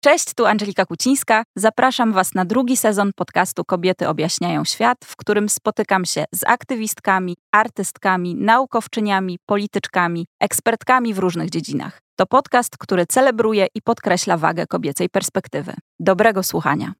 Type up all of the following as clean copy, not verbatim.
Cześć, tu Angelika Kucińska. Zapraszam Was na drugi sezon podcastu Kobiety objaśniają świat, w którym spotykam się z aktywistkami, artystkami, naukowczyniami, polityczkami, ekspertkami w różnych dziedzinach. To podcast, który celebruje i podkreśla wagę kobiecej perspektywy. Dobrego słuchania.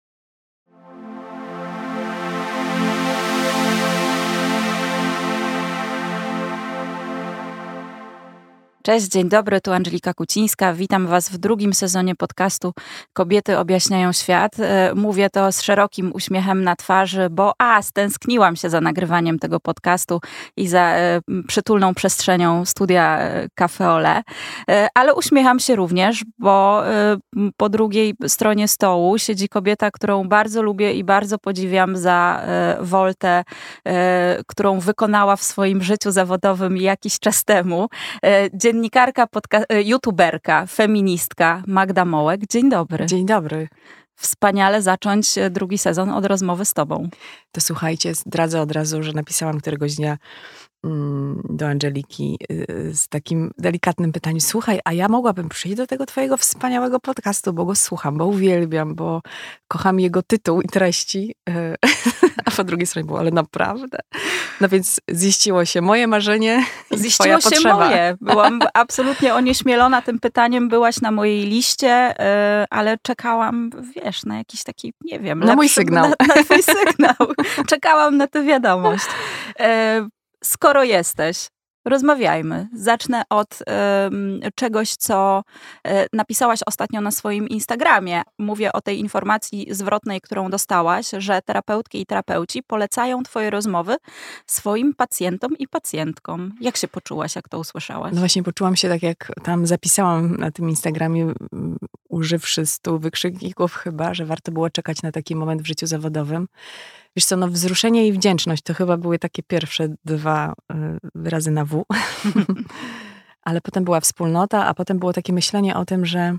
Cześć, dzień dobry, tu Angelika Kucińska. Witam Was w drugim sezonie podcastu Kobiety objaśniają świat. Mówię to z szerokim uśmiechem na twarzy, bo stęskniłam się za nagrywaniem tego podcastu i za przytulną przestrzenią studia Cafe Ole. Ale uśmiecham się również, bo po drugiej stronie stołu siedzi kobieta, którą bardzo lubię i bardzo podziwiam za woltę, którą wykonała w swoim życiu zawodowym jakiś czas temu. Dziennikarka, youtuberka, feministka Magda Mołek. Dzień dobry. Dzień dobry. Wspaniale zacząć drugi sezon od rozmowy z tobą. To słuchajcie, zdradzę od razu, że napisałam któregoś dnia do Angeliki z takim delikatnym pytaniem: słuchaj, a ja mogłabym przyjść do tego twojego wspaniałego podcastu, bo go słucham, bo uwielbiam, bo kocham jego tytuł i treści. A po drugiej stronie było: ale naprawdę? No więc ziściło się moje marzenie i twoja potrzeba. Ziściło się moje. Byłam absolutnie onieśmielona tym pytaniem. Byłaś na mojej liście, ale czekałam, wiesz, na jakiś taki, nie wiem... Na mój sygnał. Na twój sygnał. Czekałam na tę wiadomość. Skoro jesteś, rozmawiajmy. Zacznę od czegoś, co napisałaś ostatnio na swoim Instagramie. Mówię o tej informacji zwrotnej, którą dostałaś, że terapeutki i terapeuci polecają twoje rozmowy swoim pacjentom i pacjentkom. Jak się poczułaś, jak to usłyszałaś? No właśnie poczułam się tak, jak tam zapisałam na tym Instagramie, używszy 100 wykrzykników chyba, że warto było czekać na taki moment w życiu zawodowym. Wiesz co, no wzruszenie i wdzięczność to chyba były takie pierwsze dwa wyrazy na W. Ale potem była wspólnota, a potem było takie myślenie o tym, że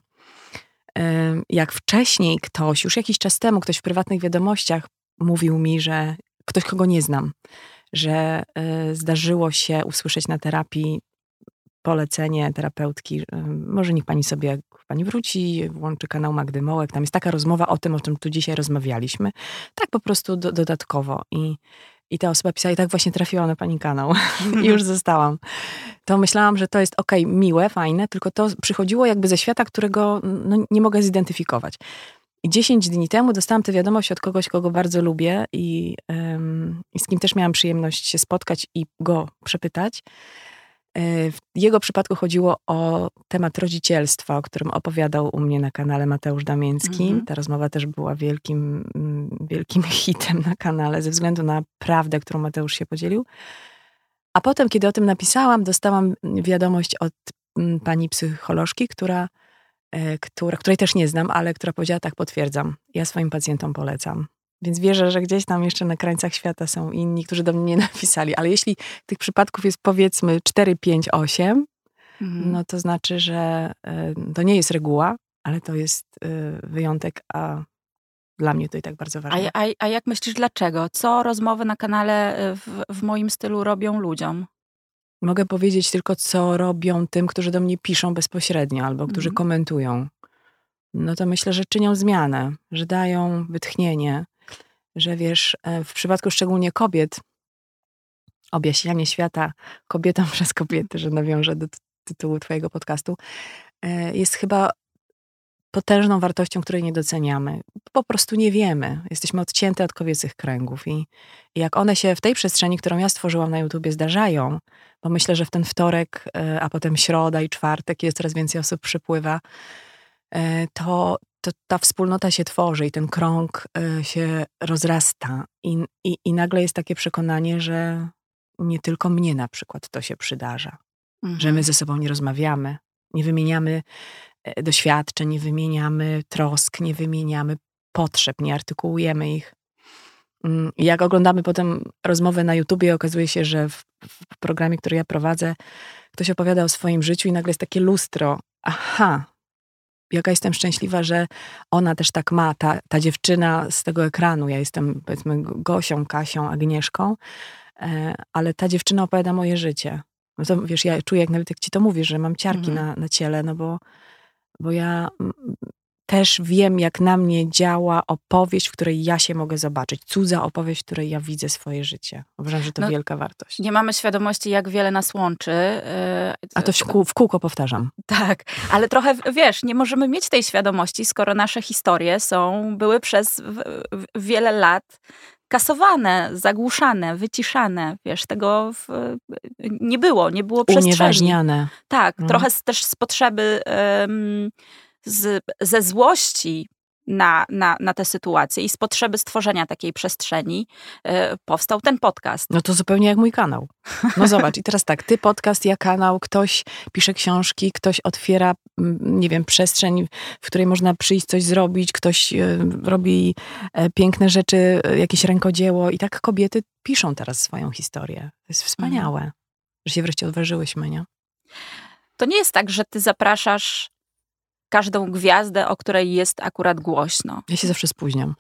jak wcześniej ktoś, już jakiś czas temu, ktoś w prywatnych wiadomościach mówił mi, że ktoś, kogo nie znam, że zdarzyło się usłyszeć na terapii polecenie terapeutki, może niech pani sobie, jak pani wróci, włączy kanał Magdy Mołek, tam jest taka rozmowa o tym, o czym tu dzisiaj rozmawialiśmy. Tak po prostu dodatkowo. I ta osoba pisała: i tak właśnie trafiłam na pani kanał. I już zostałam. To myślałam, że to jest miłe, fajne, tylko to przychodziło jakby ze świata, którego nie mogę zidentyfikować. I 10 dni temu dostałam tę wiadomość od kogoś, kogo bardzo lubię i z kim też miałam przyjemność się spotkać i go przepytać. W jego przypadku chodziło o temat rodzicielstwa, o którym opowiadał u mnie na kanale Mateusz Damiński. Ta rozmowa też była wielkim hitem na kanale, ze względu na prawdę, którą Mateusz się podzielił. A potem, kiedy o tym napisałam, dostałam wiadomość od pani psycholożki, której też nie znam, ale która powiedziała: tak, potwierdzam, ja swoim pacjentom polecam. Więc wierzę, że gdzieś tam jeszcze na krańcach świata są inni, którzy do mnie nie napisali. Ale jeśli tych przypadków jest powiedzmy 4, 5, 8, no to znaczy, że to nie jest reguła, ale to jest wyjątek, a dla mnie to i tak bardzo ważne. A jak myślisz, dlaczego? Co rozmowy na kanale w moim stylu robią ludziom? Mogę powiedzieć tylko, co robią tym, którzy do mnie piszą bezpośrednio albo którzy komentują. No to myślę, że czynią zmianę, że dają wytchnienie. Że wiesz, w przypadku szczególnie kobiet, objaśnianie świata kobietom przez kobiety, że nawiążę do tytułu twojego podcastu, jest chyba potężną wartością, której nie doceniamy. Po prostu nie wiemy. Jesteśmy odcięte od kobiecych kręgów i jak one się w tej przestrzeni, którą ja stworzyłam na YouTubie, zdarzają, bo myślę, że w ten wtorek, a potem środa i czwartek, kiedy coraz więcej osób przypływa, to ta wspólnota się tworzy i ten krąg się rozrasta. I nagle jest takie przekonanie, że nie tylko mnie na przykład to się przydarza. Że my ze sobą nie rozmawiamy, nie wymieniamy doświadczeń, nie wymieniamy trosk, nie wymieniamy potrzeb, nie artykułujemy ich. I jak oglądamy potem rozmowę na YouTubie, okazuje się, że w programie, który ja prowadzę, ktoś opowiada o swoim życiu i nagle jest takie lustro. Aha, jaka jestem szczęśliwa, że ona też tak ma, ta dziewczyna z tego ekranu. Ja jestem, powiedzmy, Gosią, Kasią, Agnieszką, ale ta dziewczyna opowiada moje życie. No to wiesz, ja czuję, jak nawet jak ci to mówisz, że mam ciarki na ciele, no bo ja też wiem, jak na mnie działa opowieść, w której ja się mogę zobaczyć. Cudza opowieść, w której ja widzę swoje życie. Uważam, że to wielka wartość. Nie mamy świadomości, jak wiele nas łączy. A to w kółko powtarzam. Tak, ale trochę, wiesz, nie możemy mieć tej świadomości, skoro nasze historie były przez wiele lat kasowane, zagłuszane, wyciszane. Wiesz, tego nie było przestrzeni. Unieważniane. Tak, trochę też z potrzeby, ze złości na tę sytuację i z potrzeby stworzenia takiej przestrzeni powstał ten podcast. No to zupełnie jak mój kanał. No zobacz, i teraz tak, ty podcast, ja kanał, ktoś pisze książki, ktoś otwiera, nie wiem, przestrzeń, w której można przyjść, coś zrobić, ktoś robi piękne rzeczy, jakieś rękodzieło i tak kobiety piszą teraz swoją historię. To jest wspaniałe, że się wreszcie odważyłyśmy, nie? To nie jest tak, że ty zapraszasz każdą gwiazdę, o której jest akurat głośno. Ja się zawsze spóźniam.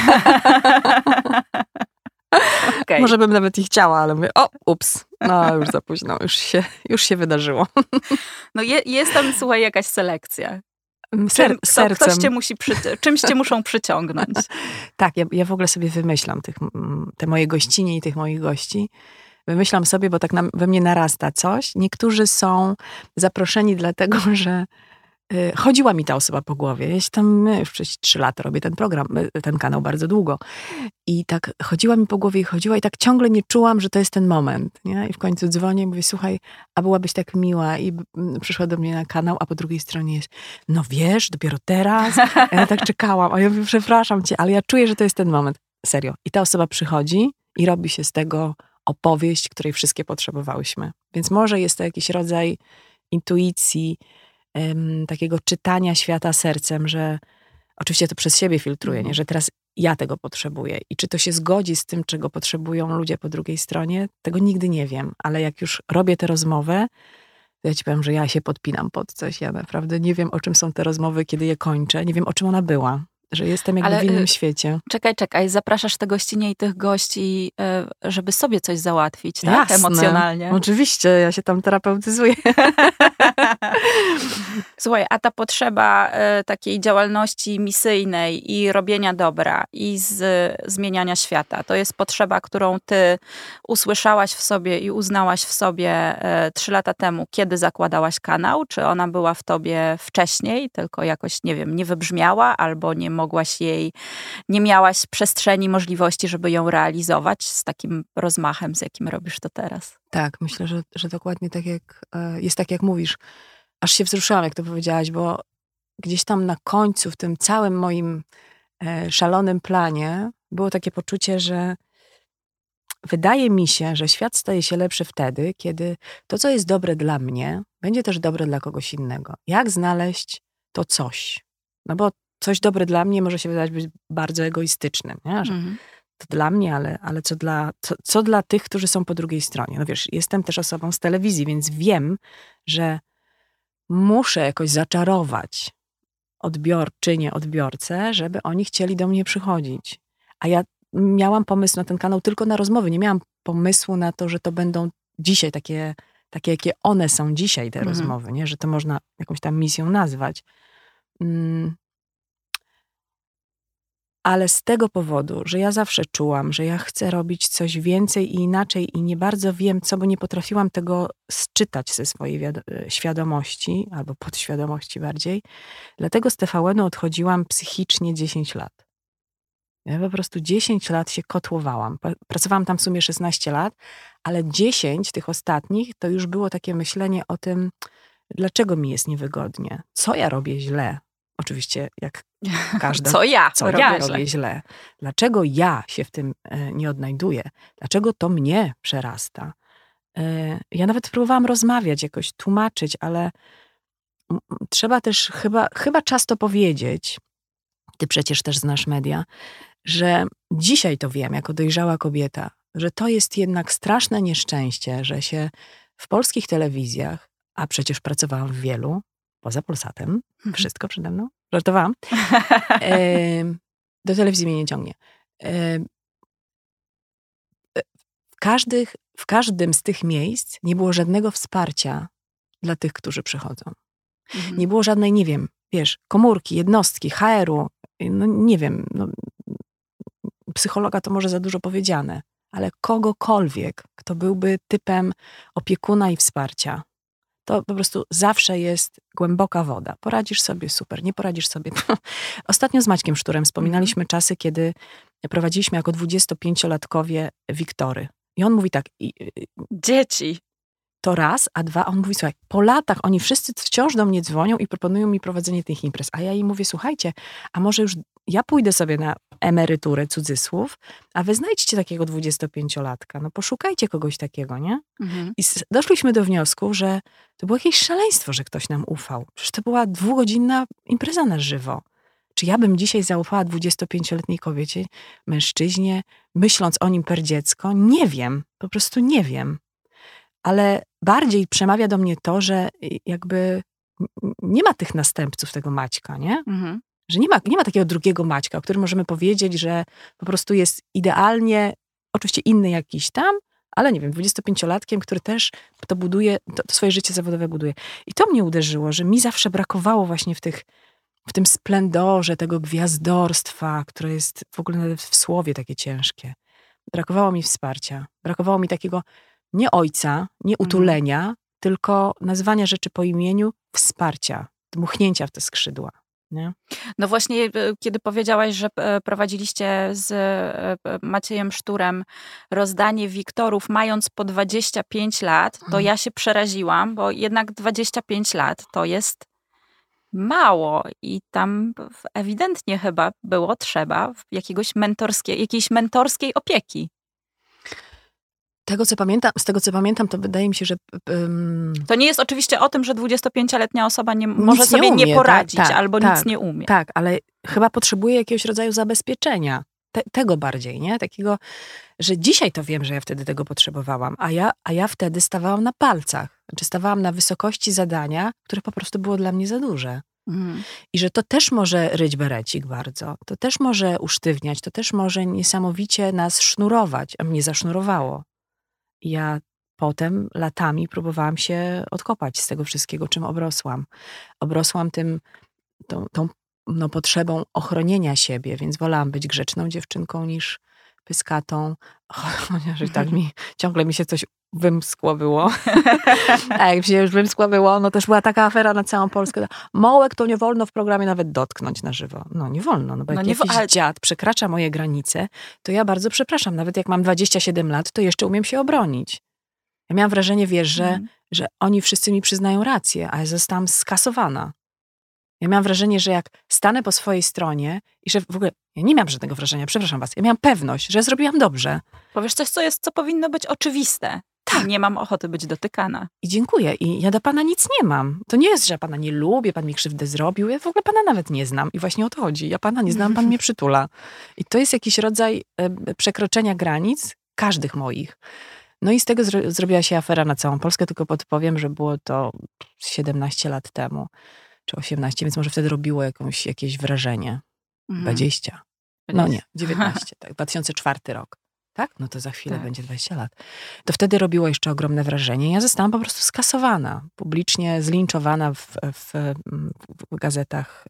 Okay. Może bym nawet i chciała, ale mówię, ups, no już za późno, już się wydarzyło. No jest tam, słuchaj, jakaś selekcja. Sercem. Ktoś cię czymś cię muszą przyciągnąć. Tak, ja w ogóle sobie wymyślam te moje gościnie i tych moich gości. Wymyślam sobie, bo tak we mnie narasta coś. Niektórzy są zaproszeni dlatego, że chodziła mi ta osoba po głowie. Ja już przez 3 lata robię ten program, ten kanał bardzo długo. I tak chodziła mi po głowie i tak ciągle nie czułam, że to jest ten moment. Nie? I w końcu dzwonię i mówię, słuchaj, a byłabyś tak miła. I przyszła do mnie na kanał, a po drugiej stronie jest, no wiesz, dopiero teraz. Ja tak czekałam. A ja mówię, przepraszam cię, ale ja czuję, że to jest ten moment. Serio. I ta osoba przychodzi i robi się z tego opowieść, której wszystkie potrzebowałyśmy. Więc może jest to jakiś rodzaj intuicji, takiego czytania świata sercem, że oczywiście to przez siebie filtruję, nie? Że teraz ja tego potrzebuję. I czy to się zgodzi z tym, czego potrzebują ludzie po drugiej stronie, tego nigdy nie wiem. Ale jak już robię tę rozmowę, to ja ci powiem, że ja się podpinam pod coś. Ja naprawdę nie wiem, o czym są te rozmowy, kiedy je kończę. Nie wiem, o czym ona była. Że jestem jakby w innym świecie. Czekaj. Zapraszasz te gościnie i tych gości, żeby sobie coś załatwić, tak? Jasne, emocjonalnie. Oczywiście, ja się tam terapeutyzuję. Słuchaj, a ta potrzeba takiej działalności misyjnej i robienia dobra i zmieniania świata, to jest potrzeba, którą ty usłyszałaś w sobie i uznałaś w sobie 3 lata temu, kiedy zakładałaś kanał? Czy ona była w tobie wcześniej, tylko jakoś, nie wiem, nie wybrzmiała albo nie miałaś przestrzeni, możliwości, żeby ją realizować z takim rozmachem, z jakim robisz to teraz? Tak, myślę, że dokładnie tak jak mówisz. Aż się wzruszyłam, jak to powiedziałaś, bo gdzieś tam na końcu, w tym całym moim szalonym planie, było takie poczucie, że wydaje mi się, że świat staje się lepszy wtedy, kiedy to, co jest dobre dla mnie, będzie też dobre dla kogoś innego. Jak znaleźć to coś? No bo coś dobre dla mnie może się wydawać być bardzo egoistycznym, nie? Że to dla mnie, ale co dla tych, którzy są po drugiej stronie. No wiesz, jestem też osobą z telewizji, więc wiem, że muszę jakoś zaczarować odbiorczynię, odbiorcę, żeby oni chcieli do mnie przychodzić. A ja miałam pomysł na ten kanał tylko na rozmowy. Nie miałam pomysłu na to, że to będą dzisiaj takie jakie one są dzisiaj, te rozmowy, nie? Że to można jakąś tam misją nazwać. Ale z tego powodu, że ja zawsze czułam, że ja chcę robić coś więcej i inaczej i nie bardzo wiem co, bo nie potrafiłam tego sczytać ze swojej świadomości, albo podświadomości bardziej. Dlatego z TVN-u odchodziłam psychicznie 10 lat. Ja po prostu 10 lat się kotłowałam. Pracowałam tam w sumie 16 lat, ale 10 tych ostatnich to już było takie myślenie o tym, dlaczego mi jest niewygodnie, co ja robię źle. Oczywiście, jak każda. Co ja robię źle. Dlaczego ja się w tym nie odnajduję? Dlaczego to mnie przerasta? Ja nawet próbowałam rozmawiać, jakoś tłumaczyć, ale trzeba też chyba czas to powiedzieć. Ty przecież też znasz media, że dzisiaj to wiem, jako dojrzała kobieta, że to jest jednak straszne nieszczęście, że się w polskich telewizjach, a przecież pracowałam w wielu, poza Polsatem, wszystko przede mną, żartowałam, do telewizji mnie nie ciągnie. W każdym z tych miejsc nie było żadnego wsparcia dla tych, którzy przychodzą. Nie było żadnej, nie wiem, wiesz, komórki, jednostki, HR-u, no nie wiem, no, psychologa to może za dużo powiedziane, ale kogokolwiek, kto byłby typem opiekuna i wsparcia, to po prostu zawsze jest głęboka woda. Poradzisz sobie, super, nie poradzisz sobie. Ostatnio z Maćkiem Szturem wspominaliśmy czasy, kiedy prowadziliśmy jako 25-latkowie Wiktory. I on mówi tak, Dzieci. to raz, a dwa, on mówi, słuchaj, po latach oni wszyscy wciąż do mnie dzwonią i proponują mi prowadzenie tych imprez. A ja im mówię, słuchajcie, a może już ja pójdę sobie na emeryturę, cudzysłów, a wy znajdźcie takiego 25-latka. No poszukajcie kogoś takiego, nie? I doszliśmy do wniosku, że to było jakieś szaleństwo, że ktoś nam ufał. Przecież to była 2-godzinna impreza na żywo. Czy ja bym dzisiaj zaufała 25-letniej kobiecie, mężczyźnie, myśląc o nim per dziecko? Nie wiem, po prostu nie wiem. Ale bardziej przemawia do mnie to, że jakby nie ma tych następców tego Maćka, nie? Że nie ma takiego drugiego Maćka, o którym możemy powiedzieć, że po prostu jest idealnie, oczywiście inny jakiś tam, ale nie wiem, 25-latkiem, który też to buduje, to swoje życie zawodowe buduje. I to mnie uderzyło, że mi zawsze brakowało właśnie w tym splendorze tego gwiazdorstwa, które jest w ogóle nawet w słowie takie ciężkie. Brakowało mi wsparcia. Brakowało mi takiego nie ojca, nie utulenia, tylko nazywania rzeczy po imieniu, wsparcia, dmuchnięcia w te skrzydła. Nie? No właśnie, kiedy powiedziałaś, że prowadziliście z Maciejem Szturem rozdanie Wiktorów mając po 25 lat, to ja się przeraziłam, bo jednak 25 lat to jest mało i tam ewidentnie chyba było trzeba jakiejś mentorskiej opieki. Z tego co pamiętam, to wydaje mi się, że... To nie jest oczywiście o tym, że 25-letnia osoba może sobie nie umie, nie poradzić albo tak, nic nie umie. Tak, ale chyba potrzebuje jakiegoś rodzaju zabezpieczenia. Tego bardziej, nie? Takiego, że dzisiaj to wiem, że ja wtedy tego potrzebowałam, a ja wtedy stawałam na palcach. Znaczy stawałam na wysokości zadania, które po prostu było dla mnie za duże. I że to też może ryć berecik bardzo. To też może usztywniać, to też może niesamowicie nas sznurować, a mnie zasznurowało. I ja potem latami próbowałam się odkopać z tego wszystkiego, czym obrosłam. Obrosłam tą potrzebą ochronienia siebie, więc wolałam być grzeczną dziewczynką niż pyskatą. Chociaż ciągle mi się coś wymskło było. A jak się już wymskło było, no też była taka afera na całą Polskę. Mołek to nie wolno w programie nawet dotknąć na żywo. No nie wolno, no bo jak jakiś dziad przekracza moje granice, to ja bardzo przepraszam. Nawet jak mam 27 lat, to jeszcze umiem się obronić. Ja miałam wrażenie, wiesz, że oni wszyscy mi przyznają rację, a ja zostałam skasowana. Ja miałam wrażenie, że jak stanę po swojej stronie i że w ogóle, ja nie miałam żadnego wrażenia, przepraszam was, ja miałam pewność, że zrobiłam dobrze. Powiesz coś, co powinno być oczywiste. Tak. Nie mam ochoty być dotykana. I dziękuję. I ja do pana nic nie mam. To nie jest, że ja pana nie lubię, pan mi krzywdę zrobił. Ja w ogóle pana nawet nie znam. I właśnie o to chodzi. Ja pana nie znam, pan mnie przytula. I to jest jakiś rodzaj przekroczenia granic, każdych moich. No i z tego zrobiła się afera na całą Polskę, tylko podpowiem, że było to 17 lat temu, czy 18, więc może wtedy robiło jakieś wrażenie. 20. No nie, 19, tak, 2004 rok. Tak? No to za chwilę będzie 20 lat. To wtedy robiło jeszcze ogromne wrażenie. Ja zostałam po prostu skasowana, publicznie zlinczowana w gazetach,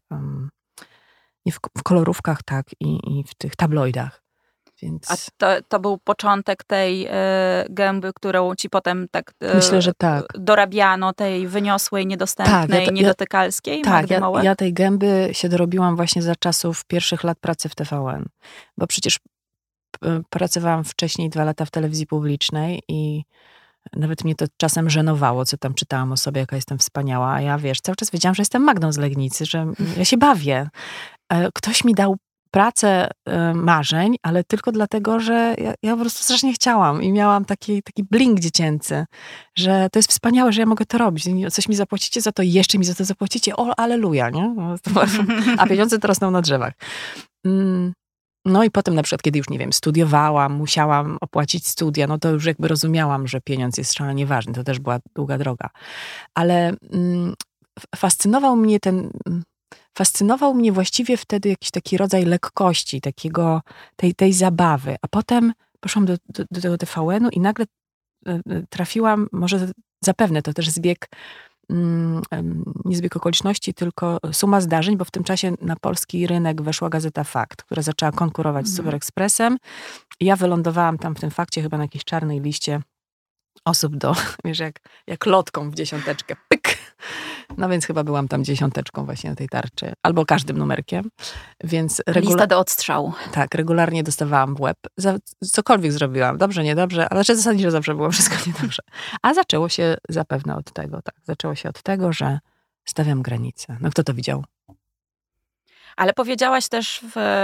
w kolorówkach, tak, i w tych tabloidach. Więc... A to był początek tej gęby, którą ci potem tak, myślę, że tak dorabiano, tej wyniosłej, niedostępnej, niedotykalskiej? Tak, ja tej gęby się dorobiłam właśnie za czasów pierwszych lat pracy w TVN. Bo przecież pracowałam wcześniej 2 lata w telewizji publicznej i nawet mnie to czasem żenowało, co tam czytałam o sobie, jaka jestem wspaniała. A ja, wiesz, cały czas wiedziałam, że jestem Magdą z Legnicy, że ja się bawię. Ktoś mi dał pracę marzeń, ale tylko dlatego, że ja po prostu strasznie chciałam i miałam taki blink dziecięcy, że to jest wspaniałe, że ja mogę to robić. Coś mi zapłacicie za to i jeszcze mi za to zapłacicie. O, alleluja, nie? A pieniądze to rosną na drzewach. No i potem na przykład, kiedy już, nie wiem, studiowałam, musiałam opłacić studia, no to już jakby rozumiałam, że pieniądz jest szalenie ważny. To też była długa droga. Ale fascynował mnie właściwie wtedy jakiś taki rodzaj lekkości, tej zabawy. A potem poszłam do tego TVN-u i nagle trafiłam, może zapewne to też zbieg nie zbieg okoliczności, tylko suma zdarzeń, bo w tym czasie na polski rynek weszła gazeta Fakt, która zaczęła konkurować z Super Expressem. I ja wylądowałam tam w tym Fakcie chyba na jakiejś czarnej liście osób wiesz, jak lotką w dziesiąteczkę. Pyk! No więc chyba byłam tam dziesiąteczką właśnie na tej tarczy. Albo każdym numerkiem. Więc Lista do odstrzału. Tak, regularnie dostawałam w łeb. Cokolwiek zrobiłam. Dobrze, niedobrze, ale zasadniczo zawsze było wszystko niedobrze. A zaczęło się zapewne od tego, tak. Zaczęło się od tego, że stawiam granice. No kto to widział? Ale powiedziałaś też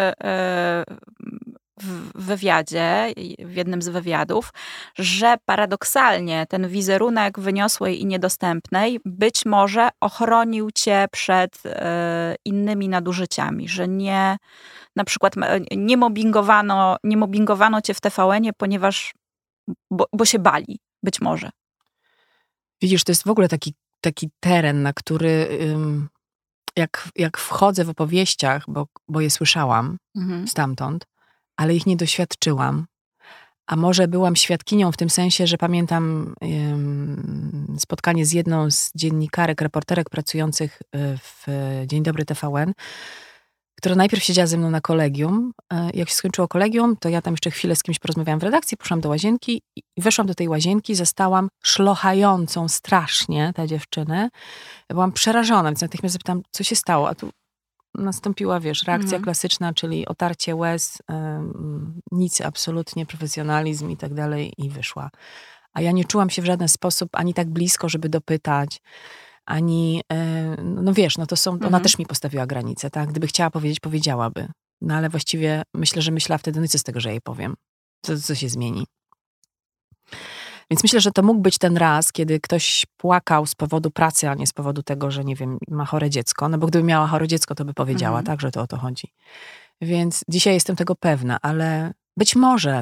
w wywiadzie, w jednym z wywiadów, że paradoksalnie ten wizerunek wyniosłej i niedostępnej być może ochronił cię przed innymi nadużyciami, że na przykład nie mobbingowano cię w TVN-ie, ponieważ bo się bali, być może. Widzisz, to jest w ogóle taki teren, na który jak wchodzę w opowieściach, bo je słyszałam stamtąd, ale ich nie doświadczyłam. A może byłam świadkinią w tym sensie, że pamiętam spotkanie z jedną z dziennikarek, reporterek pracujących w Dzień Dobry TVN, która najpierw siedziała ze mną na kolegium. Jak się skończyło kolegium, to ja tam jeszcze chwilę z kimś porozmawiałam w redakcji, poszłam do łazienki i weszłam do tej łazienki, zastałam szlochającą strasznie tę dziewczynę. Byłam przerażona, więc natychmiast zapytałam, co się stało, a tu nastąpiła, wiesz, reakcja klasyczna, czyli otarcie łez, nic absolutnie, profesjonalizm i tak dalej i wyszła. A ja nie czułam się w żaden sposób ani tak blisko, żeby dopytać, ani, no wiesz, no to ona też mi postawiła granice, tak? Gdyby chciała powiedzieć, powiedziałaby. No ale właściwie myślę, że myślała wtedy, no i co z tego, że jej powiem? Co się zmieni? Więc myślę, że to mógł być ten raz, kiedy ktoś płakał z powodu pracy, a nie z powodu tego, że nie wiem, ma chore dziecko. No bo gdyby miała chore dziecko, to by powiedziała, tak, że to o to chodzi. Więc dzisiaj jestem tego pewna, ale być może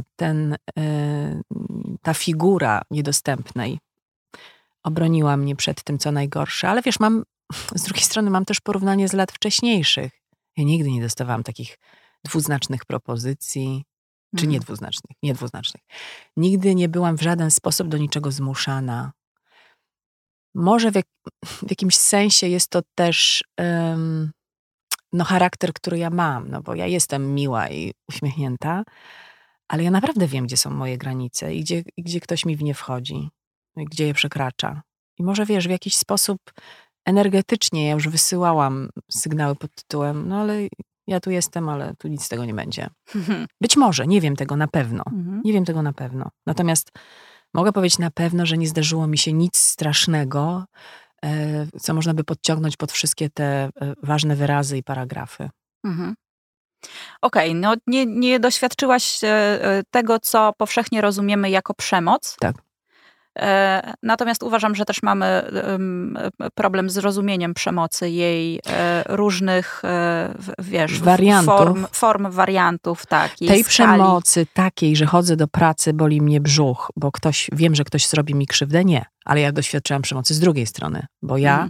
ta figura niedostępnej obroniła mnie przed tym, co najgorsze. Ale wiesz, z drugiej strony mam też porównanie z lat wcześniejszych. Ja nigdy nie dostawałam takich dwuznacznych propozycji. Czy niedwuznacznych. Nigdy nie byłam w żaden sposób do niczego zmuszana. Może w jakimś sensie jest to też charakter, który ja mam, no bo ja jestem miła i uśmiechnięta, ale ja naprawdę wiem, gdzie są moje granice i gdzie ktoś mi w nie wchodzi, gdzie je przekracza. I może wiesz, w jakiś sposób energetycznie ja już wysyłałam sygnały pod tytułem, no ale ja tu jestem, ale tu nic z tego nie będzie. Być może, nie wiem tego na pewno. Nie wiem tego na pewno. Natomiast mogę powiedzieć na pewno, że nie zdarzyło mi się nic strasznego, co można by podciągnąć pod wszystkie te ważne wyrazy i paragrafy. Okej, no nie doświadczyłaś tego, co powszechnie rozumiemy jako przemoc. Tak. Natomiast uważam, że też mamy problem z rozumieniem przemocy, jej różnych, wiesz, form wariantów, tak. Tej przemocy takiej, że chodzę do pracy, boli mnie brzuch, bo wiem, że ktoś zrobi mi krzywdę, nie. Ale ja doświadczyłam przemocy z drugiej strony, bo ja,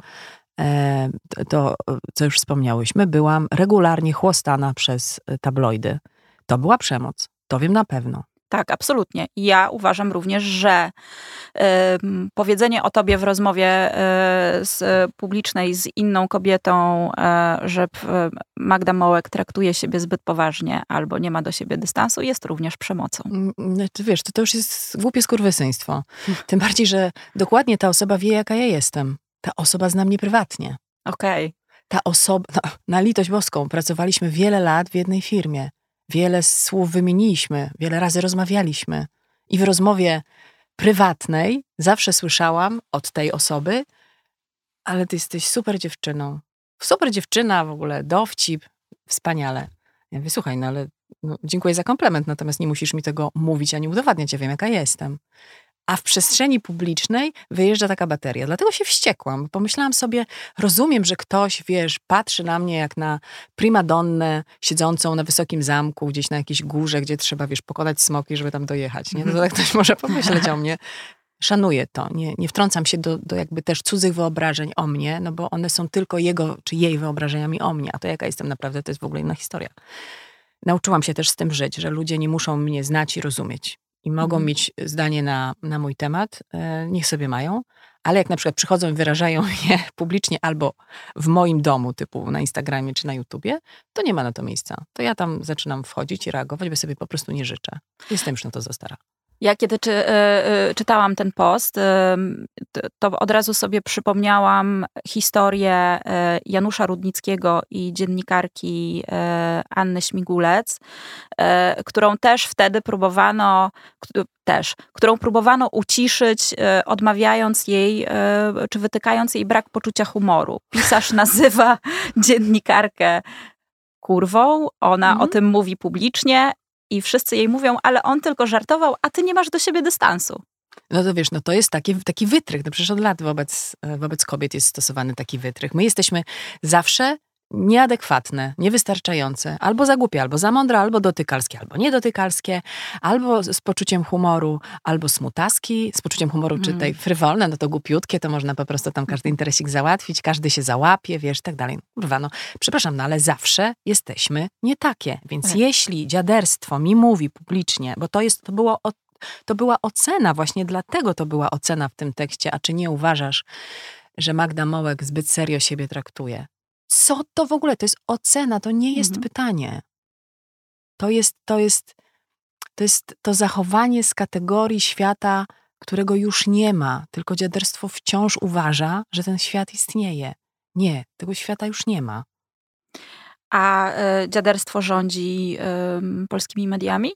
to co już wspomniałyśmy, byłam regularnie chłostana przez tabloidy. To była przemoc, to wiem na pewno. Tak, absolutnie. I ja uważam również, że powiedzenie o tobie w rozmowie publicznej z inną kobietą, że Magda Mołek traktuje siebie zbyt poważnie albo nie ma do siebie dystansu, jest również przemocą. Wiesz, to już jest głupie skurwysyństwo. Tym bardziej, że dokładnie ta osoba wie, jaka ja jestem. Ta osoba zna mnie prywatnie. Okej. Ta osoba, na litość boską, pracowaliśmy wiele lat w jednej firmie. Wiele słów wymieniliśmy, wiele razy rozmawialiśmy. I w rozmowie prywatnej zawsze słyszałam od tej osoby, ale ty jesteś super dziewczyną. Super dziewczyna, w ogóle dowcip, wspaniale. Ja mówię, słuchaj, no ale dziękuję za komplement, natomiast nie musisz mi tego mówić ani udowadniać, ja wiem, jaka jestem. A w przestrzeni publicznej wyjeżdża taka bateria. Dlatego się wściekłam, bo pomyślałam sobie, rozumiem, że ktoś, wiesz, patrzy na mnie jak na primadonnę siedzącą na wysokim zamku, gdzieś na jakiejś górze, gdzie trzeba, wiesz, pokonać smoki, żeby tam dojechać. Nie? No to tak ktoś może pomyśleć o mnie. Szanuję to. Nie wtrącam się do jakby też cudzych wyobrażeń o mnie, no bo one są tylko jego czy jej wyobrażeniami o mnie. A to jaka jestem naprawdę, to jest w ogóle inna historia. Nauczyłam się też z tym żyć, że ludzie nie muszą mnie znać i rozumieć. I mogą mieć zdanie na mój temat, niech sobie mają, Ale jak na przykład przychodzą i wyrażają je publicznie albo w moim domu, typu na Instagramie czy na YouTubie, to nie ma na to miejsca. To ja tam zaczynam wchodzić i reagować, bo sobie po prostu nie życzę. Jestem już na to za stara. Ja kiedy czytałam ten post, to od razu sobie przypomniałam historię Janusza Rudnickiego i dziennikarki Anny Śmigulec, którą też wtedy którą próbowano uciszyć, odmawiając jej, czy wytykając jej brak poczucia humoru. Pisarz nazywa dziennikarkę kurwą, ona o tym mówi publicznie, i wszyscy jej mówią, ale on tylko żartował, a ty nie masz do siebie dystansu. No to wiesz, no to jest taki wytrych. No przecież od lat wobec kobiet jest stosowany taki wytrych. My jesteśmy zawsze nieadekwatne, niewystarczające, albo za głupie, albo za mądre, albo dotykalskie, albo niedotykalskie, albo z poczuciem humoru, albo smutaski, z poczuciem humoru, czy tej frywolne, no to głupiutkie, to można po prostu tam każdy interesik załatwić, każdy się załapie, wiesz, tak dalej. Kurwa, no przepraszam, no ale zawsze jesteśmy nie takie. Więc jeśli dziaderstwo mi mówi publicznie, bo to była ocena, właśnie dlatego to była ocena w tym tekście, a czy nie uważasz, że Magda Mołek zbyt serio siebie traktuje? Co to w ogóle? To jest ocena, to nie jest pytanie. To jest to zachowanie z kategorii świata, którego już nie ma, tylko dziaderstwo wciąż uważa, że ten świat istnieje. Nie, tego świata już nie ma. A dziaderstwo rządzi polskimi mediami?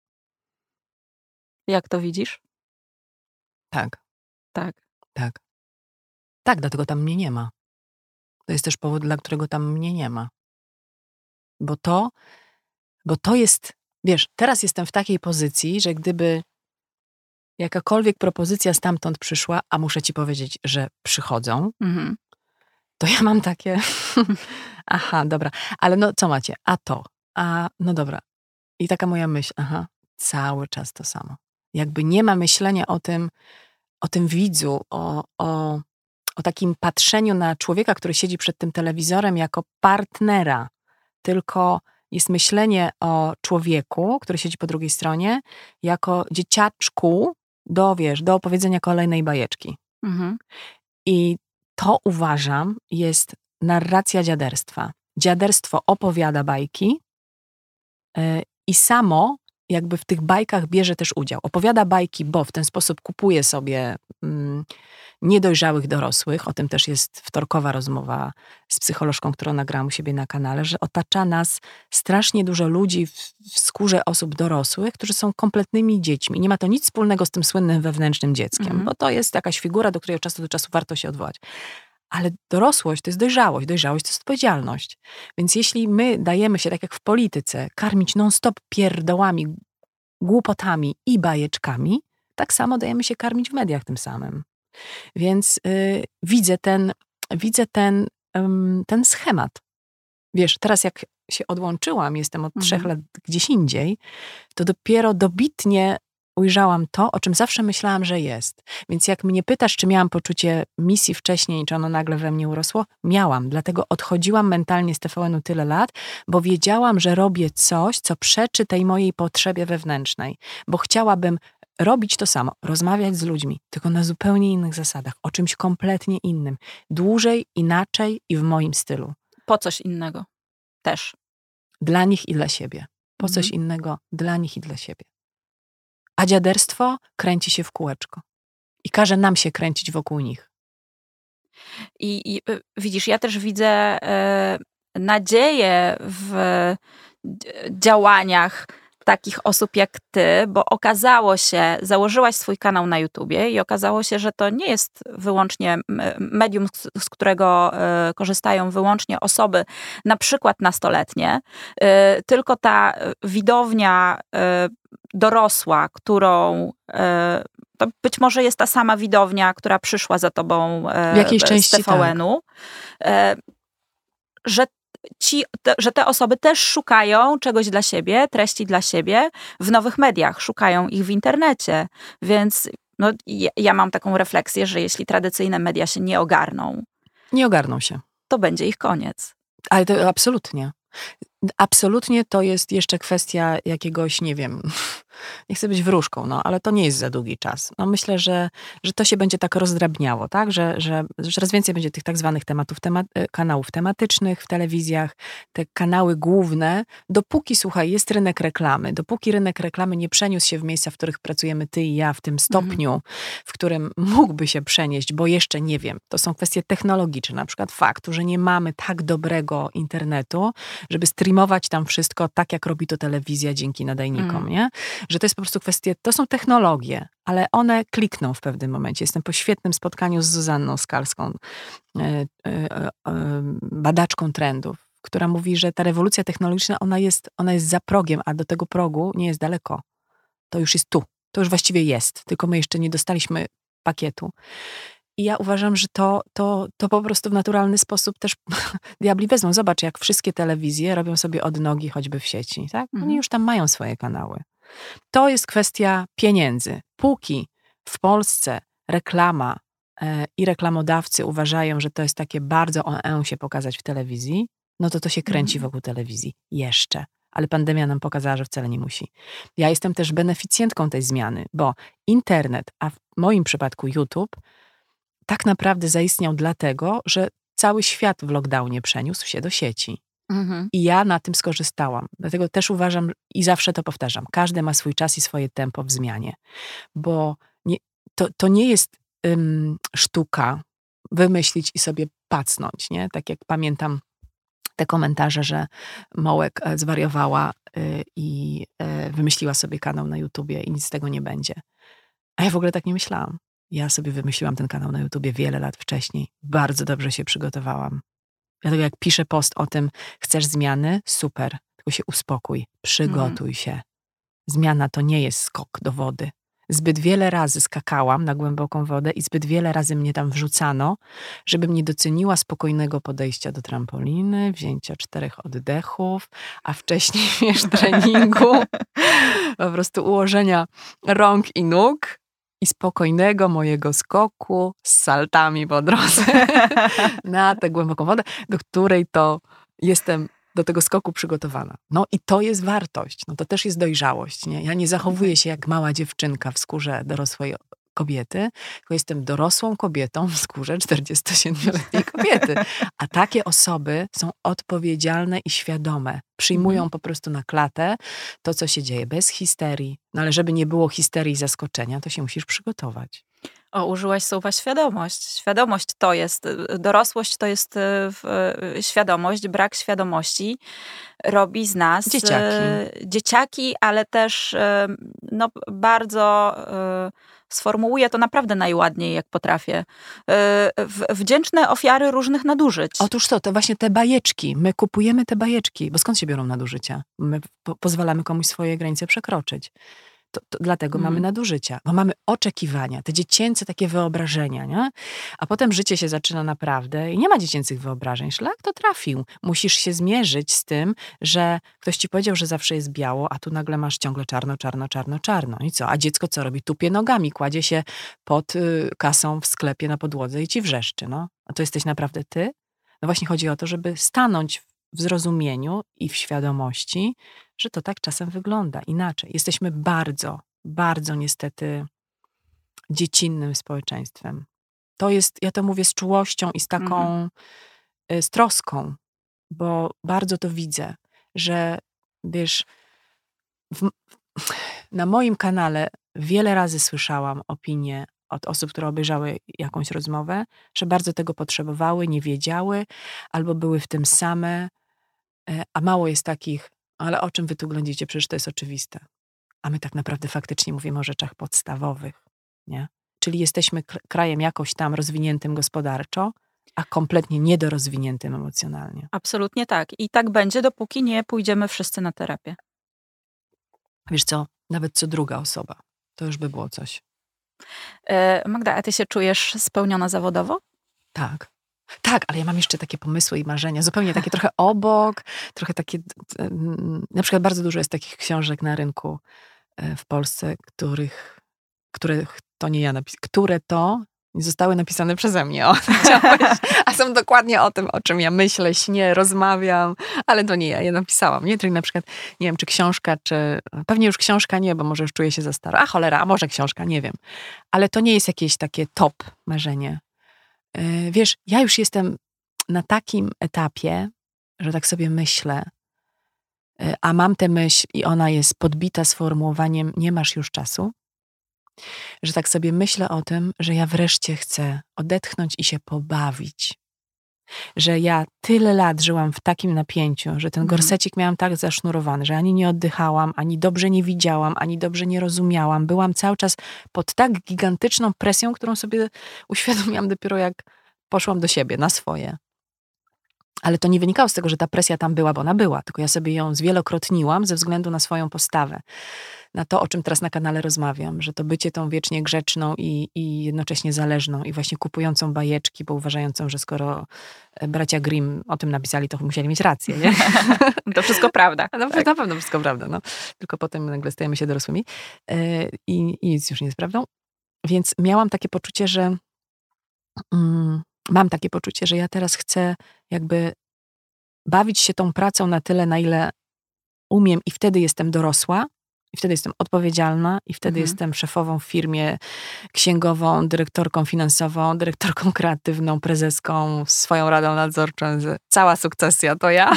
Jak to widzisz? Tak. Tak. Tak. Tak, dlatego tam mnie nie ma. To jest też powód, dla którego tam mnie nie ma. Bo to jest, wiesz, teraz jestem w takiej pozycji, że gdyby jakakolwiek propozycja stamtąd przyszła, a muszę ci powiedzieć, że przychodzą, to ja mam takie, aha, dobra, ale no co macie? No dobra. I taka moja myśl, cały czas to samo. Jakby nie ma myślenia o tym widzu, o takim patrzeniu na człowieka, który siedzi przed tym telewizorem jako partnera, tylko jest myślenie o człowieku, który siedzi po drugiej stronie, jako dzieciaczku do opowiedzenia kolejnej bajeczki. I to uważam jest narracja dziaderstwa. Dziaderstwo opowiada bajki i samo jakby w tych bajkach bierze też udział. Opowiada bajki, bo w ten sposób kupuje sobie niedojrzałych dorosłych. O tym też jest wtorkowa rozmowa z psycholożką, którą nagrałam u siebie na kanale, że otacza nas strasznie dużo ludzi w skórze osób dorosłych, którzy są kompletnymi dziećmi. Nie ma to nic wspólnego z tym słynnym wewnętrznym dzieckiem, bo to jest jakaś figura, do której od czasu do czasu warto się odwołać. Ale dorosłość to jest dojrzałość. Dojrzałość to jest odpowiedzialność. Więc jeśli my dajemy się, tak jak w polityce, karmić non-stop pierdołami, głupotami i bajeczkami, tak samo dajemy się karmić w mediach tym samym. Więc widzę ten schemat. Wiesz, teraz jak się odłączyłam, jestem od 3 lat gdzieś indziej, to dopiero dobitnie ujrzałam to, o czym zawsze myślałam, że jest. Więc jak mnie pytasz, czy miałam poczucie misji wcześniej, czy ono nagle we mnie urosło? Miałam. Dlatego odchodziłam mentalnie z TVN-u tyle lat, bo wiedziałam, że robię coś, co przeczy tej mojej potrzebie wewnętrznej. Bo chciałabym robić to samo, rozmawiać z ludźmi, tylko na zupełnie innych zasadach, o czymś kompletnie innym. Dłużej, inaczej i w moim stylu. Po coś innego też. Dla nich i dla siebie. Po coś innego dla nich i dla siebie. A dziaderstwo kręci się w kółeczko. I każe nam się kręcić wokół nich. I widzisz, ja też widzę nadzieję w działaniach takich osób jak ty, bo okazało się, założyłaś swój kanał na YouTubie i okazało się, że to nie jest wyłącznie medium, z którego korzystają wyłącznie osoby na przykład nastoletnie, tylko ta widownia dorosła, którą to być może jest ta sama widownia, która przyszła za tobą w jakiejś z części TVN-u, że te osoby też szukają czegoś dla siebie, treści dla siebie w nowych mediach, szukają ich w internecie. Więc no, ja mam taką refleksję, że jeśli tradycyjne media się nie ogarną się, to będzie ich koniec. Ale to absolutnie. Absolutnie to jest jeszcze kwestia jakiegoś, nie wiem, nie chcę być wróżką, no, ale to nie jest za długi czas. No, myślę, że to się będzie tak rozdrabniało, tak? Że coraz więcej będzie tych tak zwanych kanałów tematycznych w telewizjach, te kanały główne, dopóki, słuchaj, jest rynek reklamy, dopóki rynek reklamy nie przeniósł się w miejsca, w których pracujemy ty i ja, w tym stopniu, w którym mógłby się przenieść, bo jeszcze nie wiem, to są kwestie technologiczne, na przykład faktu, że nie mamy tak dobrego internetu, żeby streamować tam wszystko tak, jak robi to telewizja dzięki nadajnikom, nie? Że to jest po prostu kwestie, to są technologie, ale one klikną w pewnym momencie. Jestem po świetnym spotkaniu z Zuzanną Skalską, badaczką trendów, która mówi, że ta rewolucja technologiczna, ona jest za progiem, a do tego progu nie jest daleko. To już jest tu. To już właściwie jest, tylko my jeszcze nie dostaliśmy pakietu. I ja uważam, że to po prostu w naturalny sposób też diabli wezmą. Zobacz, jak wszystkie telewizje robią sobie odnogi choćby w sieci, tak? Oni już tam mają swoje kanały. To jest kwestia pieniędzy. Póki w Polsce reklama i reklamodawcy uważają, że to jest takie bardzo się pokazać w telewizji, no to się kręci wokół telewizji. Jeszcze. Ale pandemia nam pokazała, że wcale nie musi. Ja jestem też beneficjentką tej zmiany, bo internet, a w moim przypadku YouTube, tak naprawdę zaistniał dlatego, że cały świat w lockdownie przeniósł się do sieci. I ja na tym skorzystałam. Dlatego też uważam i zawsze to powtarzam. Każdy ma swój czas i swoje tempo w zmianie. Bo to nie jest sztuka wymyślić i sobie pacnąć. Nie? Tak jak pamiętam te komentarze, że Mołek zwariowała i wymyśliła sobie kanał na YouTubie i nic z tego nie będzie. A ja w ogóle tak nie myślałam. Ja sobie wymyśliłam ten kanał na YouTubie wiele lat wcześniej. Bardzo dobrze się przygotowałam. Dlatego jak piszę post o tym, chcesz zmiany? Super. Tylko się uspokój. Przygotuj się. Zmiana to nie jest skok do wody. Zbyt wiele razy skakałam na głęboką wodę i zbyt wiele razy mnie tam wrzucano, żebym nie doceniła spokojnego podejścia do trampoliny, wzięcia 4 oddechów, a wcześniej treningu, po prostu ułożenia rąk i nóg i spokojnego mojego skoku z saltami po drodze na tę głęboką wodę, do której to jestem do tego skoku przygotowana. No i to jest wartość. No to też jest dojrzałość. Nie? Ja nie zachowuję się jak mała dziewczynka w skórze dorosłej kobiety, tylko jestem dorosłą kobietą w skórze 47-letniej kobiety. A takie osoby są odpowiedzialne i świadome. Przyjmują po prostu na klatę to, co się dzieje, bez histerii. No ale żeby nie było histerii i zaskoczenia, to się musisz przygotować. O, użyłaś słowa świadomość. Świadomość to jest, dorosłość to jest świadomość, brak świadomości robi z nas dzieciaki, ale też bardzo sformułuję to naprawdę najładniej, jak potrafię. Wdzięczne ofiary różnych nadużyć. Otóż to właśnie te bajeczki. My kupujemy te bajeczki, bo skąd się biorą nadużycia? My pozwalamy komuś swoje granice przekroczyć. To dlatego mamy nadużycia, bo mamy oczekiwania, te dziecięce takie wyobrażenia, nie? A potem życie się zaczyna naprawdę i nie ma dziecięcych wyobrażeń. Szlak to trafił. Musisz się zmierzyć z tym, że ktoś ci powiedział, że zawsze jest biało, a tu nagle masz ciągle czarno, czarno, czarno, czarno. I co? A dziecko co robi? Tupie nogami, kładzie się pod kasą w sklepie na podłodze i ci wrzeszczy. No. A to jesteś naprawdę ty? No właśnie chodzi o to, żeby stanąć w zrozumieniu i w świadomości, że to tak czasem wygląda inaczej. Jesteśmy bardzo, bardzo niestety dziecinnym społeczeństwem. To jest, ja to mówię z czułością i z taką z troską, bo bardzo to widzę, że wiesz, na moim kanale wiele razy słyszałam opinie od osób, które obejrzały jakąś rozmowę, że bardzo tego potrzebowały, nie wiedziały, albo były w tym same, a mało jest takich, ale o czym wy tu ględzicie? Przecież to jest oczywiste. A my tak naprawdę faktycznie mówimy o rzeczach podstawowych, nie? Czyli jesteśmy krajem jakoś tam rozwiniętym gospodarczo, a kompletnie niedorozwiniętym emocjonalnie. Absolutnie tak. I tak będzie, dopóki nie pójdziemy wszyscy na terapię. Wiesz co? Nawet co druga osoba. To już by było coś. Magda, a ty się czujesz spełniona zawodowo? Tak. Tak, ale ja mam jeszcze takie pomysły i marzenia, zupełnie takie trochę obok, trochę takie, na przykład bardzo dużo jest takich książek na rynku w Polsce, których to nie ja napisałam, które to Nie zostały napisane przeze mnie, a są dokładnie o tym, o czym ja myślę, śnię, rozmawiam, ale to nie ja je napisałam, nie? Czyli na przykład, nie wiem, czy książka, czy... Pewnie już książka nie, bo może już czuję się za stara. A cholera, a może książka, nie wiem. Ale to nie jest jakieś takie top marzenie. Wiesz, ja już jestem na takim etapie, że tak sobie myślę, a mam tę myśl i ona jest podbita sformułowaniem nie masz już czasu, że tak sobie myślę o tym, że ja wreszcie chcę odetchnąć i się pobawić. Że ja tyle lat żyłam w takim napięciu, że ten gorsecik miałam tak zasznurowany, że ani nie oddychałam, ani dobrze nie widziałam, ani dobrze nie rozumiałam. Byłam cały czas pod tak gigantyczną presją, którą sobie uświadomiłam dopiero jak poszłam do siebie, na swoje. Ale to nie wynikało z tego, że ta presja tam była, bo ona była, tylko ja sobie ją zwielokrotniłam ze względu na swoją postawę. Na to, o czym teraz na kanale rozmawiam, że to bycie tą wiecznie grzeczną i jednocześnie zależną i właśnie kupującą bajeczki, bo uważającą, że skoro bracia Grimm o tym napisali, to musieli mieć rację, nie? To wszystko prawda. No, tak. Na pewno wszystko prawda, no. Tylko potem nagle stajemy się dorosłymi i nic już nie jest prawdą. Więc miałam takie poczucie, że mam takie poczucie, że ja teraz chcę jakby bawić się tą pracą na tyle, na ile umiem i wtedy jestem dorosła, i wtedy jestem odpowiedzialna, i wtedy jestem szefową w firmie, księgową, dyrektorką finansową, dyrektorką kreatywną, prezeską, swoją radą nadzorczą. Cała sukcesja to ja.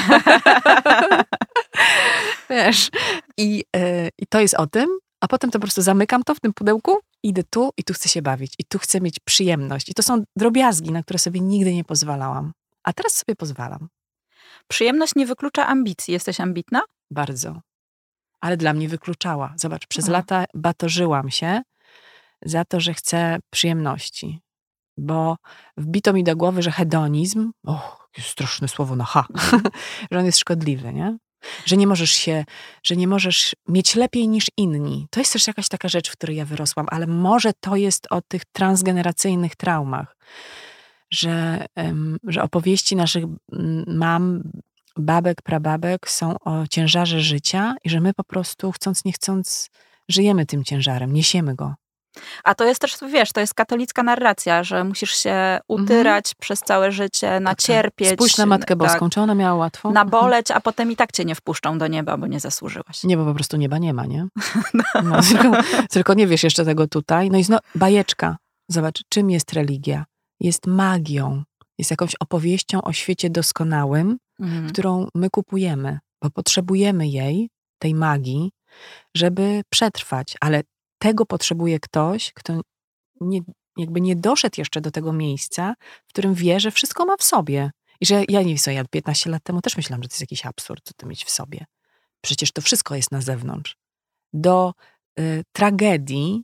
Wiesz, i to jest o tym, a potem to po prostu zamykam to w tym pudełku, idę tu i tu chcę się bawić, i tu chcę mieć przyjemność. I to są drobiazgi, na które sobie nigdy nie pozwalałam. A teraz sobie pozwalam. Przyjemność nie wyklucza ambicji. Jesteś ambitna? Bardzo. Ale dla mnie wykluczała. Zobacz, przez lata batorzyłam się za to, że chcę przyjemności. Bo wbito mi do głowy, że hedonizm, jest straszne słowo na H, że on jest szkodliwy, nie? Że nie możesz mieć lepiej niż inni. To jest też jakaś taka rzecz, w której ja wyrosłam, ale może to jest o tych transgeneracyjnych traumach, że opowieści naszych mam, babek, prababek są o ciężarze życia i że my po prostu, chcąc nie chcąc, żyjemy tym ciężarem, niesiemy go. A to jest też, wiesz, to jest katolicka narracja, że musisz się utyrać przez całe życie, nacierpieć. Spójrz na Matkę Boską, czy ona miała łatwo? Naboleć, a potem i tak cię nie wpuszczą do nieba, bo nie zasłużyłaś. Nie, bo po prostu nieba nie ma, nie? No, tylko nie wiesz jeszcze tego tutaj. No i bajeczka. Zobacz, czym jest religia? Jest magią. Jest jakąś opowieścią o świecie doskonałym, którą my kupujemy, bo potrzebujemy jej, tej magii, żeby przetrwać. Ale tego potrzebuje ktoś, kto jakby nie doszedł jeszcze do tego miejsca, w którym wie, że wszystko ma w sobie. I że ja nie wiem, ja 15 lat temu też myślałam, że to jest jakiś absurd, co to mieć w sobie. Przecież to wszystko jest na zewnątrz. Do tragedii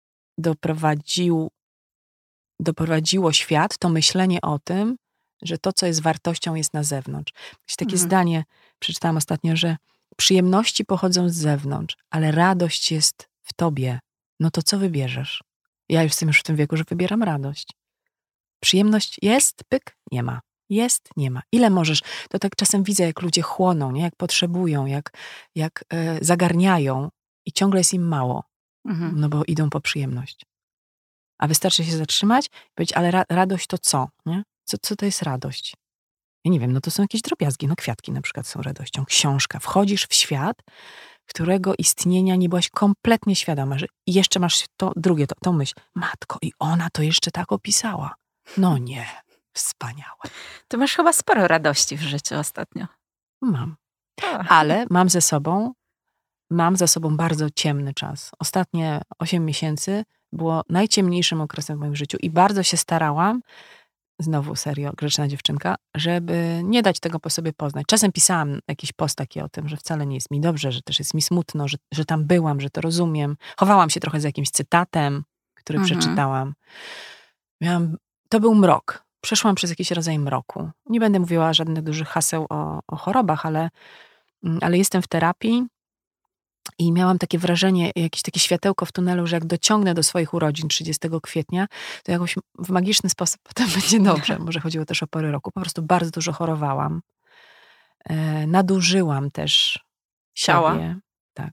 doprowadziło świat to myślenie o tym, że to, co jest wartością, jest na zewnątrz. Jest takie zdanie, przeczytałam ostatnio, że przyjemności pochodzą z zewnątrz, ale radość jest w tobie. No to co wybierzesz? Ja już jestem w tym wieku, że wybieram radość. Przyjemność jest, pyk, nie ma. Jest, nie ma. Ile możesz? To tak czasem widzę, jak ludzie chłoną, nie? Jak potrzebują, jak zagarniają i ciągle jest im mało. No bo idą po przyjemność. A wystarczy się zatrzymać i powiedzieć, ale radość to co? Nie? Co to jest radość? Ja nie wiem, no to są jakieś drobiazgi. No kwiatki na przykład są radością. Książka. Wchodzisz w świat, którego istnienia nie byłaś kompletnie świadoma. Że i jeszcze masz to drugie, tą myśl. Matko, i ona to jeszcze tak opisała. No nie. Wspaniałe. Ty masz chyba sporo radości w życiu ostatnio. Mam. Ale mam za sobą bardzo ciemny czas. Ostatnie 8 miesięcy było najciemniejszym okresem w moim życiu i bardzo się starałam, znowu serio, grzeczna dziewczynka, żeby nie dać tego po sobie poznać. Czasem pisałam jakiś post taki o tym, że wcale nie jest mi dobrze, że też jest mi smutno, że tam byłam, że to rozumiem. Chowałam się trochę za jakimś cytatem, który przeczytałam. To był mrok. Przeszłam przez jakiś rodzaj mroku. Nie będę mówiła żadnych dużych haseł o chorobach, ale jestem w terapii i miałam takie wrażenie, jakieś takie światełko w tunelu, że jak dociągnę do swoich urodzin 30 kwietnia, to jakoś w magiczny sposób potem będzie dobrze. Może chodziło też o pory roku. Po prostu bardzo dużo chorowałam. Nadużyłam też siebie. Tak.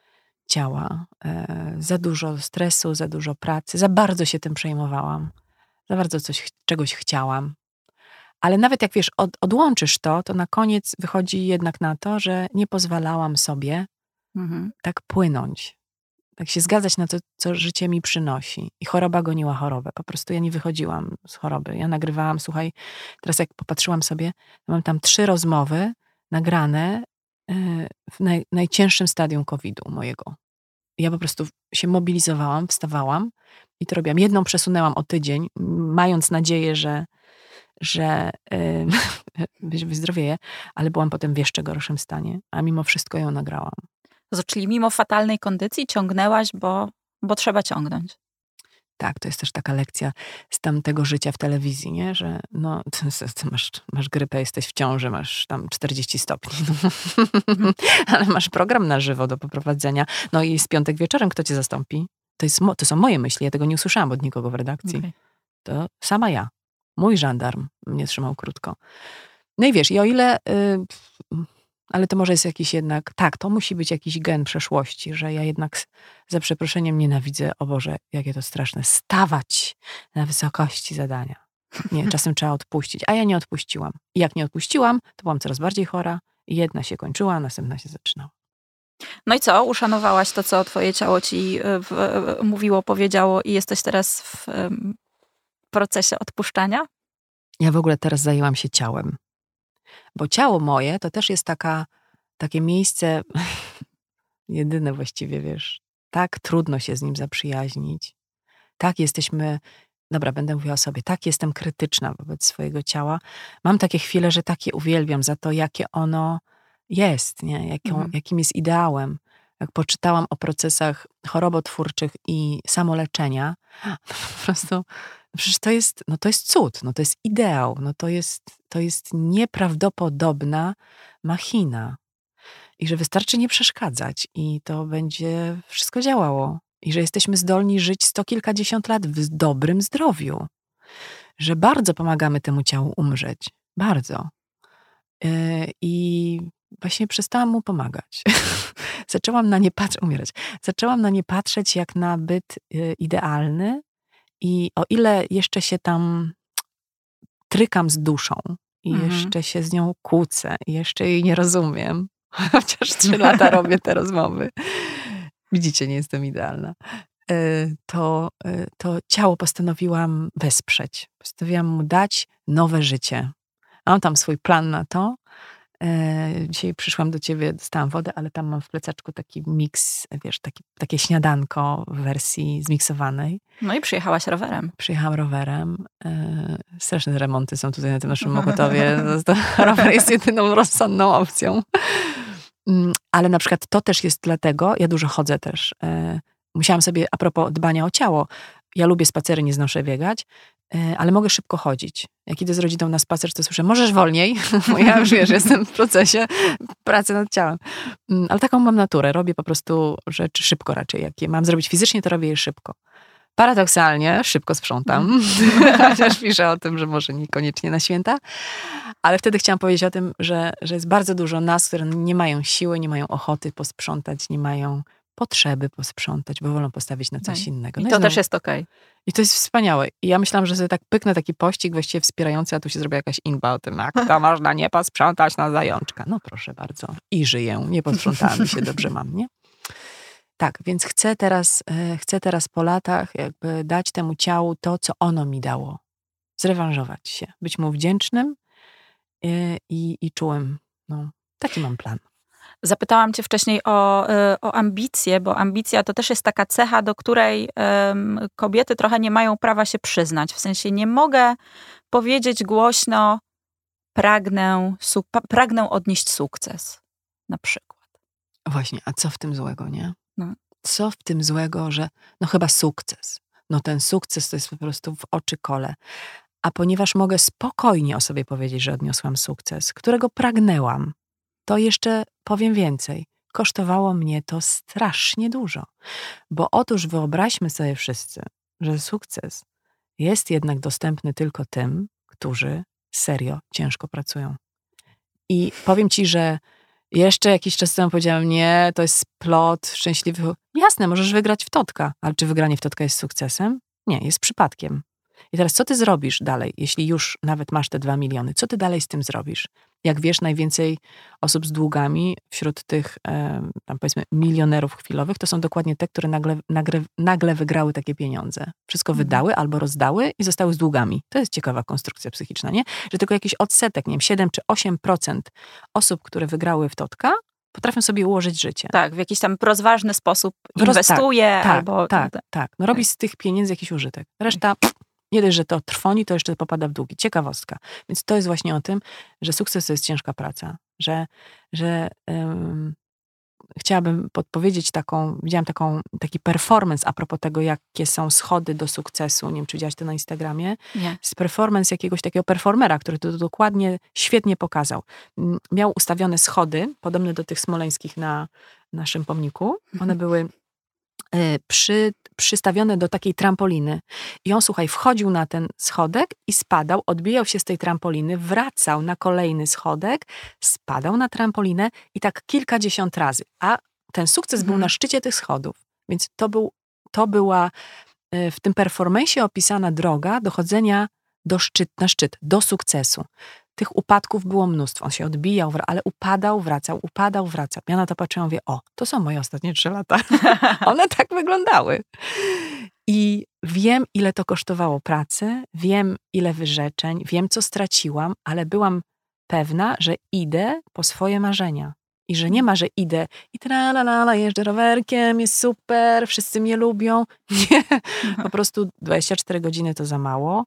Ciała. Za dużo stresu, za dużo pracy. Za bardzo się tym przejmowałam. za bardzo czegoś chciałam. Ale nawet jak wiesz, odłączysz to na koniec wychodzi jednak na to, że nie pozwalałam sobie tak płynąć. Tak się zgadzać na to, co życie mi przynosi. I choroba goniła chorobę. Po prostu ja nie wychodziłam z choroby. Ja nagrywałam, słuchaj, teraz jak popatrzyłam sobie, mam tam 3 rozmowy nagrane w najcięższym stadium COVID-u mojego. Ja po prostu się mobilizowałam, wstawałam i to robiłam. Jedną przesunęłam o tydzień, mając nadzieję, że wyzdrowieję, ale byłam potem w jeszcze gorszym stanie, a mimo wszystko ją nagrałam. Czyli mimo fatalnej kondycji ciągnęłaś, bo trzeba ciągnąć. Tak, to jest też taka lekcja z tamtego życia w telewizji, nie? Że no, ty masz grypę, jesteś w ciąży, masz tam 40 stopni. No. Ale masz program na żywo do poprowadzenia. No i z piątek wieczorem kto cię zastąpi? To są moje myśli, ja tego nie usłyszałam od nikogo w redakcji. Okay. To sama ja. Mój żandarm mnie trzymał krótko. No i wiesz, i o ile... ale to może jest jakiś jednak... Tak, to musi być jakiś gen przeszłości, że ja jednak za przeproszeniem nienawidzę, o Boże, jakie to straszne, stawać na wysokości zadania. Nie, czasem trzeba odpuścić. A ja nie odpuściłam. I jak nie odpuściłam, to byłam coraz bardziej chora. I jedna się kończyła, a następna się zaczynała. No i co? Uszanowałaś to, co twoje ciało ci mówiło, powiedziało i jesteś teraz w procesie odpuszczania? Ja w ogóle teraz zajęłam się ciałem. Bo ciało moje to też jest takie miejsce, jedyne właściwie, wiesz, tak trudno się z nim zaprzyjaźnić. Tak jesteśmy, dobra, będę mówiła o sobie, tak jestem krytyczna wobec swojego ciała. Mam takie chwile, że takie uwielbiam za to, jakie ono jest, nie? Jakim jest ideałem. Jak poczytałam o procesach chorobotwórczych i samoleczenia, po prostu, przecież to jest cud, to jest ideał, to jest nieprawdopodobna machina. I że wystarczy nie przeszkadzać i to będzie wszystko działało. I że jesteśmy zdolni żyć 100 kilkadziesiąt lat w dobrym zdrowiu. Że bardzo pomagamy temu ciału umrzeć. Bardzo. I właśnie przestałam mu pomagać. Zaczęłam na nie umierać. Zaczęłam na nie patrzeć jak na byt idealny i o ile jeszcze się tam trykam z duszą i jeszcze się z nią kłócę i jeszcze jej nie rozumiem, chociaż 3 lata robię te rozmowy. Widzicie, nie jestem idealna. To ciało postanowiłam wesprzeć. Postanowiłam mu dać nowe życie. Mam tam swój plan na to. Dzisiaj przyszłam do ciebie, dostałam wodę, ale tam mam w plecaczku taki miks, wiesz, takie śniadanko w wersji zmiksowanej. No i przyjechałaś rowerem. Przyjechałam rowerem. Straszne remonty są tutaj na tym naszym Mokotowie. Rower jest jedyną rozsądną opcją. Ale na przykład to też jest dlatego, ja dużo chodzę też. Musiałam sobie, a propos dbania o ciało, ja lubię spacery, nie znoszę biegać, ale mogę szybko chodzić. Jak idę z rodziną na spacer, to słyszę, możesz wolniej, bo ja już wiesz, jestem w procesie pracy nad ciałem. Ale taką mam naturę, robię po prostu rzeczy szybko raczej. Jak je mam zrobić fizycznie, to robię je szybko. Paradoksalnie szybko sprzątam, chociaż piszę o tym, że może niekoniecznie na święta, ale wtedy chciałam powiedzieć o tym, że jest bardzo dużo nas, które nie mają siły, nie mają ochoty posprzątać, nie mają potrzeby posprzątać, bo wolą postawić na coś innego. No i to też jest okej. I to jest wspaniałe. I ja myślałam, że sobie tak pyknę taki pościg właściwie wspierający, a tu się zrobi jakaś inba o tym, jak to można nie posprzątać na zajączka. No proszę bardzo. I żyję. Nie posprzątałam i się dobrze mam, nie? Tak, więc chcę teraz po latach jakby dać temu ciału to, co ono mi dało. Zrewanżować się. Być mu wdzięcznym i czułym. No, taki mam plan. Zapytałam cię wcześniej o ambicje, bo ambicja to też jest taka cecha, do której kobiety trochę nie mają prawa się przyznać. W sensie nie mogę powiedzieć głośno pragnę odnieść sukces. Na przykład. Właśnie, a co w tym złego, nie? No. Co w tym złego, że no chyba sukces. No ten sukces to jest po prostu w oczy kole. A ponieważ mogę spokojnie o sobie powiedzieć, że odniosłam sukces, którego pragnęłam, to jeszcze powiem więcej. Kosztowało mnie to strasznie dużo. Bo otóż wyobraźmy sobie wszyscy, że sukces jest jednak dostępny tylko tym, którzy serio ciężko pracują. I powiem ci, że jeszcze jakiś czas temu powiedziałam, nie, to jest plot szczęśliwy. Jasne, możesz wygrać w totka, ale czy wygranie w totka jest sukcesem? Nie, jest przypadkiem. I teraz co ty zrobisz dalej, jeśli już nawet masz te 2 miliony? Co ty dalej z tym zrobisz? Jak wiesz, najwięcej osób z długami wśród tych, tam powiedzmy, milionerów chwilowych, to są dokładnie te, które nagle wygrały takie pieniądze. Wszystko wydały albo rozdały i zostały z długami. To jest ciekawa konstrukcja psychiczna, nie? Że tylko jakiś odsetek, nie wiem, 7 czy 8% osób, które wygrały w totka, potrafią sobie ułożyć życie. Tak, w jakiś tam rozważny sposób inwestuje albo... Tak. No robi z tych pieniędzy jakiś użytek. Reszta... Nie dość, że to trwoni, to jeszcze popada w długi. Ciekawostka. Więc to jest właśnie o tym, że sukces to jest ciężka praca. Że chciałabym podpowiedzieć widziałam taki performance a propos tego, jakie są schody do sukcesu. Nie wiem, czy widziałaś to na Instagramie. Nie. Z performance jakiegoś takiego performera, który to dokładnie świetnie pokazał. Miał ustawione schody, podobne do tych smoleńskich na naszym pomniku. One były przystawione do takiej trampoliny. I on, słuchaj, wchodził na ten schodek i spadał, odbijał się z tej trampoliny, wracał na kolejny schodek, spadał na trampolinę i tak kilkadziesiąt razy. A ten sukces był na szczycie tych schodów. Więc to była w tym performance'ie opisana droga dochodzenia na szczyt, do sukcesu. Tych upadków było mnóstwo. On się odbijał, ale upadał, wracał. Ja na to patrzyłam, mówię, to są moje ostatnie 3 lata. One tak wyglądały. I wiem, ile to kosztowało pracy, wiem, ile wyrzeczeń, wiem, co straciłam, ale byłam pewna, że idę po swoje marzenia. I że nie ma, że idę i jeżdżę rowerkiem, jest super, wszyscy mnie lubią. Nie, po prostu 24 godziny to za mało.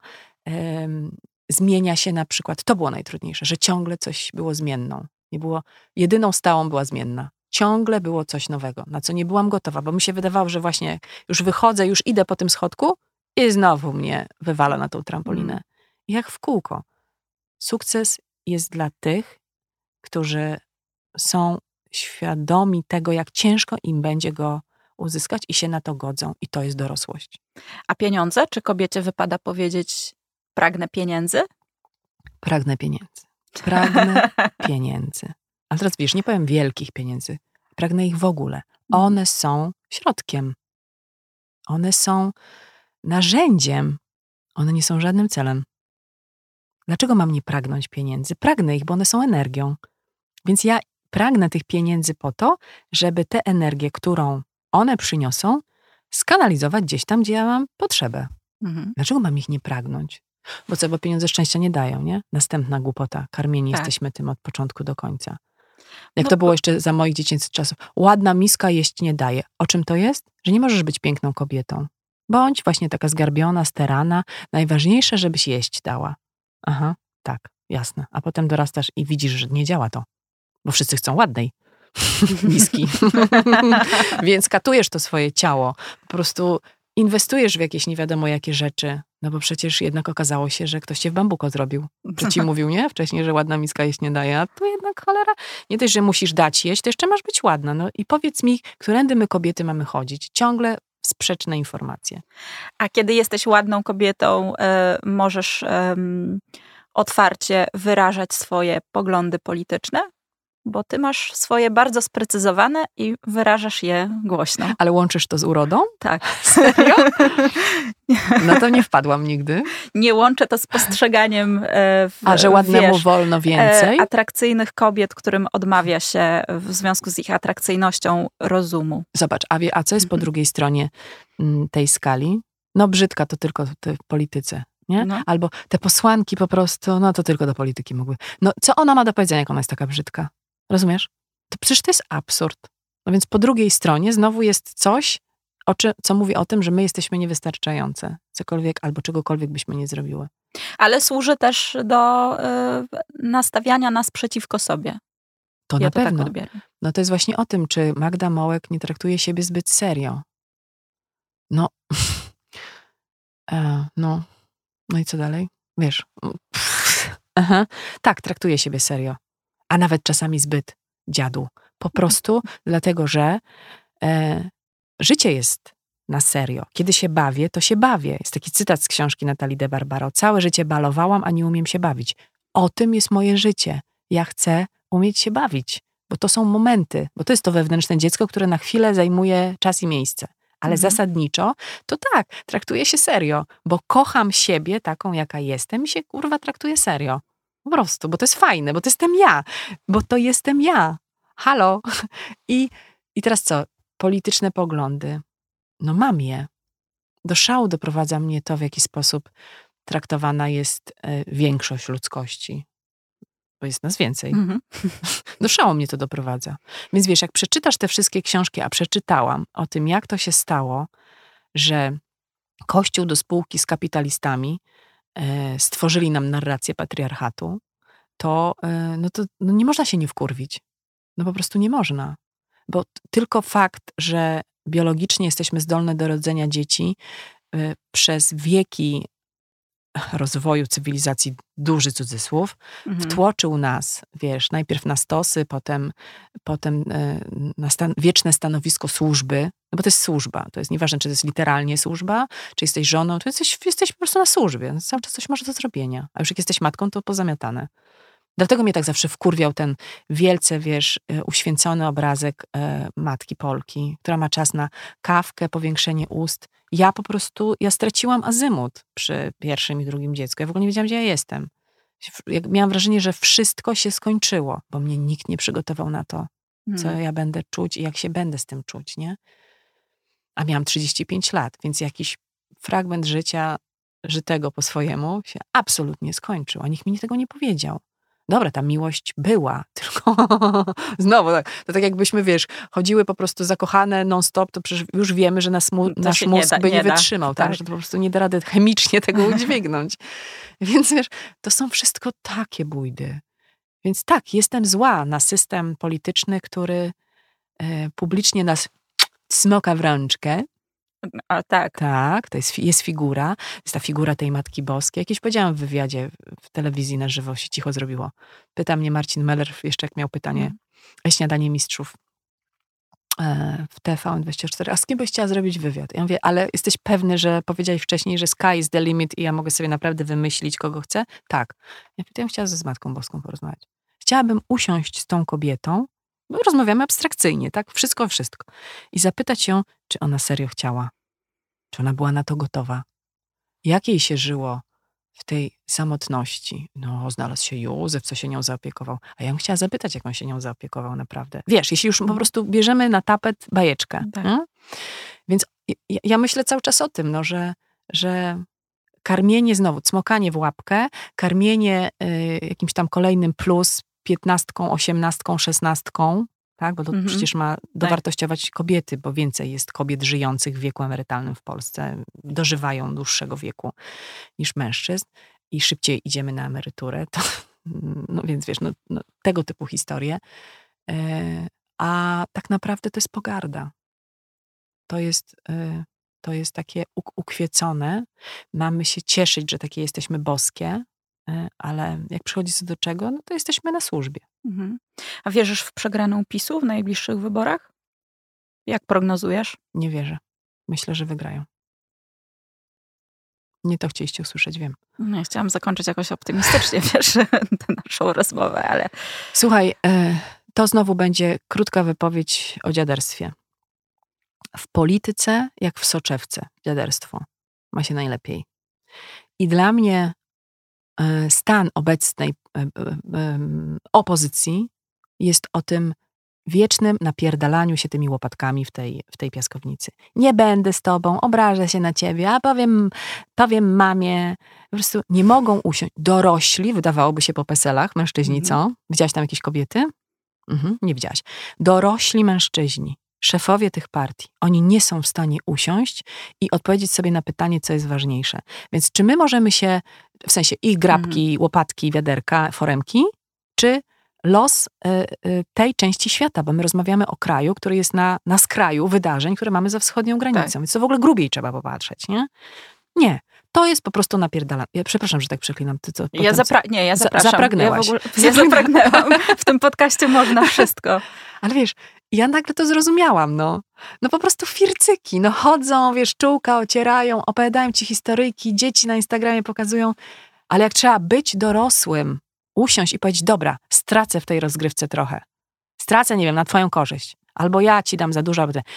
Zmienia się na przykład, to było najtrudniejsze, że ciągle coś było zmienną. Nie było, jedyną stałą była zmienna. Ciągle było coś nowego, na co nie byłam gotowa, bo mi się wydawało, że właśnie już wychodzę, już idę po tym schodku i znowu mnie wywala na tą trampolinę. I jak w kółko. Sukces jest dla tych, którzy są świadomi tego, jak ciężko im będzie go uzyskać i się na to godzą. I to jest dorosłość. A pieniądze? Czy kobiecie wypada powiedzieć: pragnę pieniędzy? Pragnę pieniędzy. Pragnę pieniędzy. A teraz wiesz, nie powiem wielkich pieniędzy. Pragnę ich w ogóle. One są środkiem. One są narzędziem. One nie są żadnym celem. Dlaczego mam nie pragnąć pieniędzy? Pragnę ich, bo one są energią. Więc ja pragnę tych pieniędzy po to, żeby tę energię, którą one przyniosą, skanalizować gdzieś tam, gdzie ja mam potrzebę. Dlaczego mam ich nie pragnąć? Bo pieniądze szczęścia nie dają, nie? Następna głupota. Karmieni jesteśmy tym od początku do końca. Jak to było jeszcze za moich dziecięcych czasów. Ładna miska jeść nie daje. O czym to jest? Że nie możesz być piękną kobietą. Bądź właśnie taka zgarbiona, starana. Najważniejsze, żebyś jeść dała. Aha, tak, jasne. A potem dorastasz i widzisz, że nie działa to. Bo wszyscy chcą ładnej miski. Więc katujesz to swoje ciało. Po prostu inwestujesz w jakieś nie wiadomo jakie rzeczy. No bo przecież jednak okazało się, że ktoś cię w bambuko zrobił. Że ci mówił, nie? Wcześniej, że ładna miska jeść nie daje. A tu jednak cholera. Nie dość, że musisz dać jeść, to jeszcze masz być ładna. No i powiedz mi, którędy my kobiety mamy chodzić? Ciągle sprzeczne informacje. A kiedy jesteś ładną kobietą, możesz otwarcie wyrażać swoje poglądy polityczne? Bo ty masz swoje bardzo sprecyzowane i wyrażasz je głośno. Ale łączysz to z urodą? Tak. Serio? No to nie wpadłam nigdy. Nie łączę to z postrzeganiem że ładnemu wolno więcej? Atrakcyjnych kobiet, którym odmawia się w związku z ich atrakcyjnością rozumu. Zobacz, a co jest po drugiej stronie tej skali? No brzydka to tylko w polityce. Nie? No. Albo te posłanki po prostu, no to tylko do polityki mogły. No co ona ma do powiedzenia, jak ona jest taka brzydka? Rozumiesz? To przecież to jest absurd. No więc po drugiej stronie znowu jest coś, co mówi o tym, że my jesteśmy niewystarczające. Cokolwiek albo czegokolwiek byśmy nie zrobiły. Ale służy też do nastawiania nas przeciwko sobie. To na pewno. Tak no to jest właśnie o tym, czy Magda Mołek nie traktuje siebie zbyt serio. No. No i co dalej? Wiesz. Tak, traktuje siebie serio. A nawet czasami zbyt, dziadu. Po prostu dlatego, że życie jest na serio. Kiedy się bawię, to się bawię. Jest taki cytat z książki Natalii de Barbaro. Całe życie balowałam, a nie umiem się bawić. O tym jest moje życie. Ja chcę umieć się bawić, bo to są momenty, bo to jest to wewnętrzne dziecko, które na chwilę zajmuje czas i miejsce. Ale zasadniczo to tak, traktuję się serio, bo kocham siebie taką, jaka jestem i się kurwa traktuję serio. Po prostu, bo to jest fajne, bo to jestem ja. Bo to jestem ja. Halo. I teraz co? Polityczne poglądy. No mam je. Do szału doprowadza mnie to, w jaki sposób traktowana jest większość ludzkości. Bo jest nas więcej. Do szału mnie to doprowadza. Więc wiesz, jak przeczytasz te wszystkie książki, a przeczytałam o tym, jak to się stało, że Kościół do spółki z kapitalistami stworzyli nam narrację patriarchatu, to nie można się nie wkurwić. No po prostu nie można. Bo tylko fakt, że biologicznie jesteśmy zdolne do rodzenia dzieci, przez wieki rozwoju cywilizacji, duży cudzysłów, wtłoczył nas, wiesz, najpierw na stosy, potem na wieczne stanowisko służby, no bo to jest służba, to jest nieważne, czy to jest literalnie służba, czy jesteś żoną, to jesteś po prostu na służbie, no, cały czas coś masz do zrobienia, a już jak jesteś matką, to pozamiatane. Dlatego mnie tak zawsze wkurwiał ten wielce, wiesz, uświęcony obrazek matki Polki, która ma czas na kawkę, powiększenie ust. Ja straciłam azymut przy pierwszym i drugim dziecku. Ja w ogóle nie wiedziałam, gdzie ja jestem. Miałam wrażenie, że wszystko się skończyło, bo mnie nikt nie przygotował na to, co ja będę czuć i jak się będę z tym czuć, nie? A miałam 35 lat, więc jakiś fragment życia żytego po swojemu się absolutnie skończył, a nikt mi tego nie powiedział. Dobra, ta miłość była, tylko znowu, to tak jakbyśmy, wiesz, chodziły po prostu zakochane non-stop, to przecież już wiemy, że nasz mózg by nie wytrzymał, tak? Że to po prostu nie da rady chemicznie tego udźwignąć. Więc wiesz, to są wszystko takie bójdy. Więc tak, jestem zła na system polityczny, który publicznie nas smoka w rączkę. A tak. Tak, to jest figura, jest ta figura tej Matki Boskiej. Jakieś powiedziałam w wywiadzie w telewizji na żywo, się cicho zrobiło. Pyta mnie Marcin Meller, jeszcze jak miał pytanie, Śniadanie Mistrzów w TVN24, a z kim byś chciała zrobić wywiad? Ja mówię, ale jesteś pewny, że powiedziałeś wcześniej, że sky is the limit i ja mogę sobie naprawdę wymyślić, kogo chcę? Tak. Ja bym chciała z Matką Boską porozmawiać. Chciałabym usiąść z tą kobietą, bo rozmawiamy abstrakcyjnie, tak? Wszystko. I zapytać ją, czy ona serio chciała. Czy ona była na to gotowa? Jak jej się żyło w tej samotności? No, znalazł się Józef, co się nią zaopiekował. A ja bym chciała zapytać, jak on się nią zaopiekował naprawdę. Wiesz, jeśli już po prostu bierzemy na tapet bajeczkę. Tak. Więc ja myślę cały czas o tym, no, że karmienie znowu, cmokanie w łapkę, karmienie jakimś tam kolejnym plus 15, 18, 16, tak? Bo to przecież ma dowartościować kobiety, bo więcej jest kobiet żyjących w wieku emerytalnym w Polsce. Dożywają dłuższego wieku niż mężczyzn i szybciej idziemy na emeryturę. To, no więc wiesz, tego typu historie. A tak naprawdę to jest pogarda. To jest takie ukwiecone. Mamy się cieszyć, że takie jesteśmy boskie, ale jak przychodzi co do czego, no to jesteśmy na służbie. A wierzysz w przegraną PiS-u w najbliższych wyborach? Jak prognozujesz? Nie wierzę. Myślę, że wygrają. Nie to chcieliście usłyszeć, wiem. No, ja chciałam zakończyć jakoś optymistycznie, wiesz, tę naszą rozmowę, ale... Słuchaj, to znowu będzie krótka wypowiedź o dziaderstwie. W polityce, jak w soczewce, dziaderstwo ma się najlepiej. I dla mnie stan obecnej opozycji jest o tym wiecznym napierdalaniu się tymi łopatkami w tej piaskownicy. Nie będę z tobą, obrażę się na ciebie, a powiem mamie. Po prostu nie mogą usiąść. Dorośli, wydawałoby się po PESEL-ach, mężczyźni, co? Widziałaś tam jakieś kobiety? Nie widziałaś. Dorośli mężczyźni, szefowie tych partii, oni nie są w stanie usiąść i odpowiedzieć sobie na pytanie, co jest ważniejsze. Więc czy my możemy się, w sensie ich grabki, łopatki, wiaderka, foremki, czy los tej części świata, bo my rozmawiamy o kraju, który jest na skraju wydarzeń, które mamy za wschodnią granicą. Tak. Więc to w ogóle grubiej trzeba popatrzeć, nie? Nie. To jest po prostu napierdalane. Ja przepraszam, że tak przeklinam. Ty co? Ja zapraszam. Zapragnęłaś. Ja zapragnęłam. W tym podcaście można wszystko. Ale wiesz, ja nagle to zrozumiałam, no. No po prostu fircyki, no chodzą, wiesz, czułka ocierają, opowiadają ci historyjki, dzieci na Instagramie pokazują, ale jak trzeba być dorosłym, usiąść i powiedzieć, dobra, stracę w tej rozgrywce trochę. Stracę, nie wiem, na twoją korzyść. Albo ja ci dam za dużo.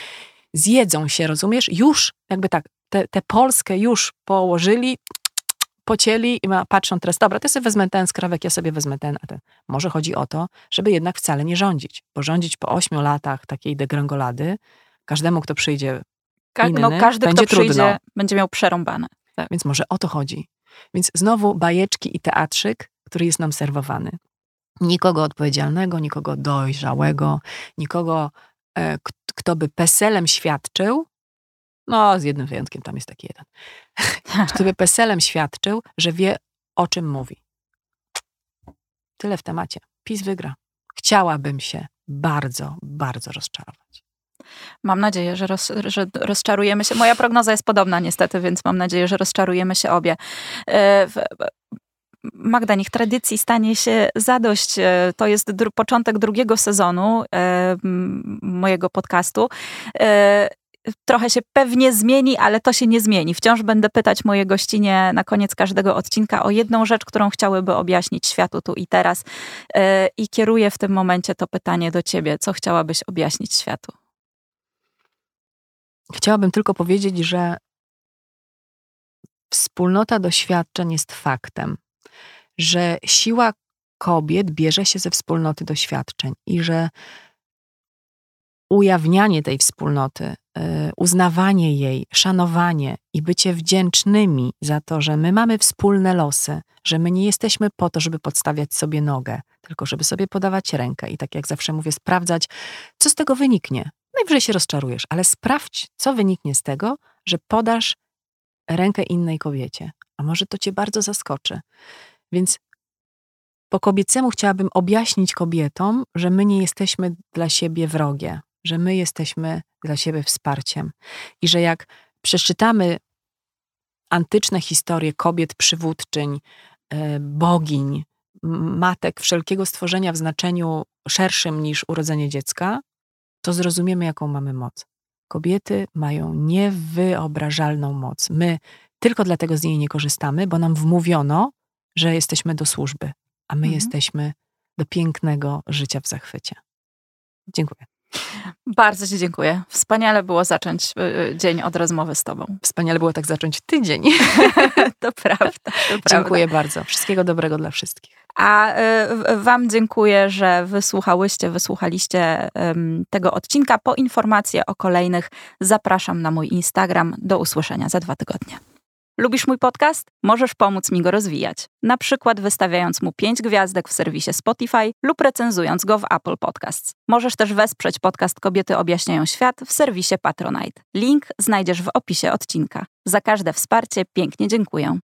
zjedzą się, rozumiesz? Już jakby tak, tę Polskę już położyli, pocięli i patrzą teraz, dobra, ty sobie wezmę ten skrawek, ja sobie wezmę ten, a ten. Może chodzi o to, żeby jednak wcale nie rządzić, bo rządzić po 8 latach takiej degrengolady, każdemu, kto przyjdzie inny, każdy, będzie kto przyjdzie, trudno. będzie miał przerąbane. Tak. Więc może o to chodzi. Więc znowu bajeczki i teatrzyk, który jest nam serwowany. Nikogo odpowiedzialnego, nikogo dojrzałego, nikogo, kto by PESEL-em świadczył, no z jednym wyjątkiem, tam jest taki jeden, kto by PESEL-em świadczył, że wie, o czym mówi. Tyle w temacie. PiS wygra. Chciałabym się bardzo, bardzo rozczarować. Mam nadzieję, że rozczarujemy się. Moja prognoza jest podobna niestety, więc mam nadzieję, że rozczarujemy się obie. Magda, niech tradycji stanie się zadość. To jest początek drugiego sezonu mojego podcastu. Trochę się pewnie zmieni, ale to się nie zmieni. Wciąż będę pytać moje gościnie na koniec każdego odcinka o jedną rzecz, którą chciałyby objaśnić światu tu i teraz. I kieruję w tym momencie to pytanie do ciebie. Co chciałabyś objaśnić światu? Chciałabym tylko powiedzieć, że wspólnota doświadczeń jest faktem, że siła kobiet bierze się ze wspólnoty doświadczeń i że ujawnianie tej wspólnoty, uznawanie jej, szanowanie i bycie wdzięcznymi za to, że my mamy wspólne losy, że my nie jesteśmy po to, żeby podstawiać sobie nogę, tylko żeby sobie podawać rękę i tak jak zawsze mówię, sprawdzać, co z tego wyniknie. Najwyżej się rozczarujesz, ale sprawdź, co wyniknie z tego, że podasz rękę innej kobiecie. A może to cię bardzo zaskoczy. Więc po kobiecemu chciałabym objaśnić kobietom, że my nie jesteśmy dla siebie wrogie, że my jesteśmy dla siebie wsparciem. I że jak przeczytamy antyczne historie kobiet przywódczyń, bogiń, matek, wszelkiego stworzenia w znaczeniu szerszym niż urodzenie dziecka, to zrozumiemy, jaką mamy moc. Kobiety mają niewyobrażalną moc. My tylko dlatego z niej nie korzystamy, bo nam wmówiono, że jesteśmy do służby, a my jesteśmy do pięknego życia w zachwycie. Dziękuję. Bardzo ci dziękuję. Wspaniale było zacząć dzień od rozmowy z tobą. Wspaniale było tak zacząć tydzień. To prawda. Dziękuję bardzo. Wszystkiego dobrego dla wszystkich. A wam dziękuję, że wysłuchaliście tego odcinka. Po informacje o kolejnych zapraszam na mój Instagram. Do usłyszenia za 2 tygodnie. Lubisz mój podcast? Możesz pomóc mi go rozwijać. Na przykład wystawiając mu 5 gwiazdek w serwisie Spotify lub recenzując go w Apple Podcasts. Możesz też wesprzeć podcast Kobiety objaśniają świat w serwisie Patronite. Link znajdziesz w opisie odcinka. Za każde wsparcie pięknie dziękuję.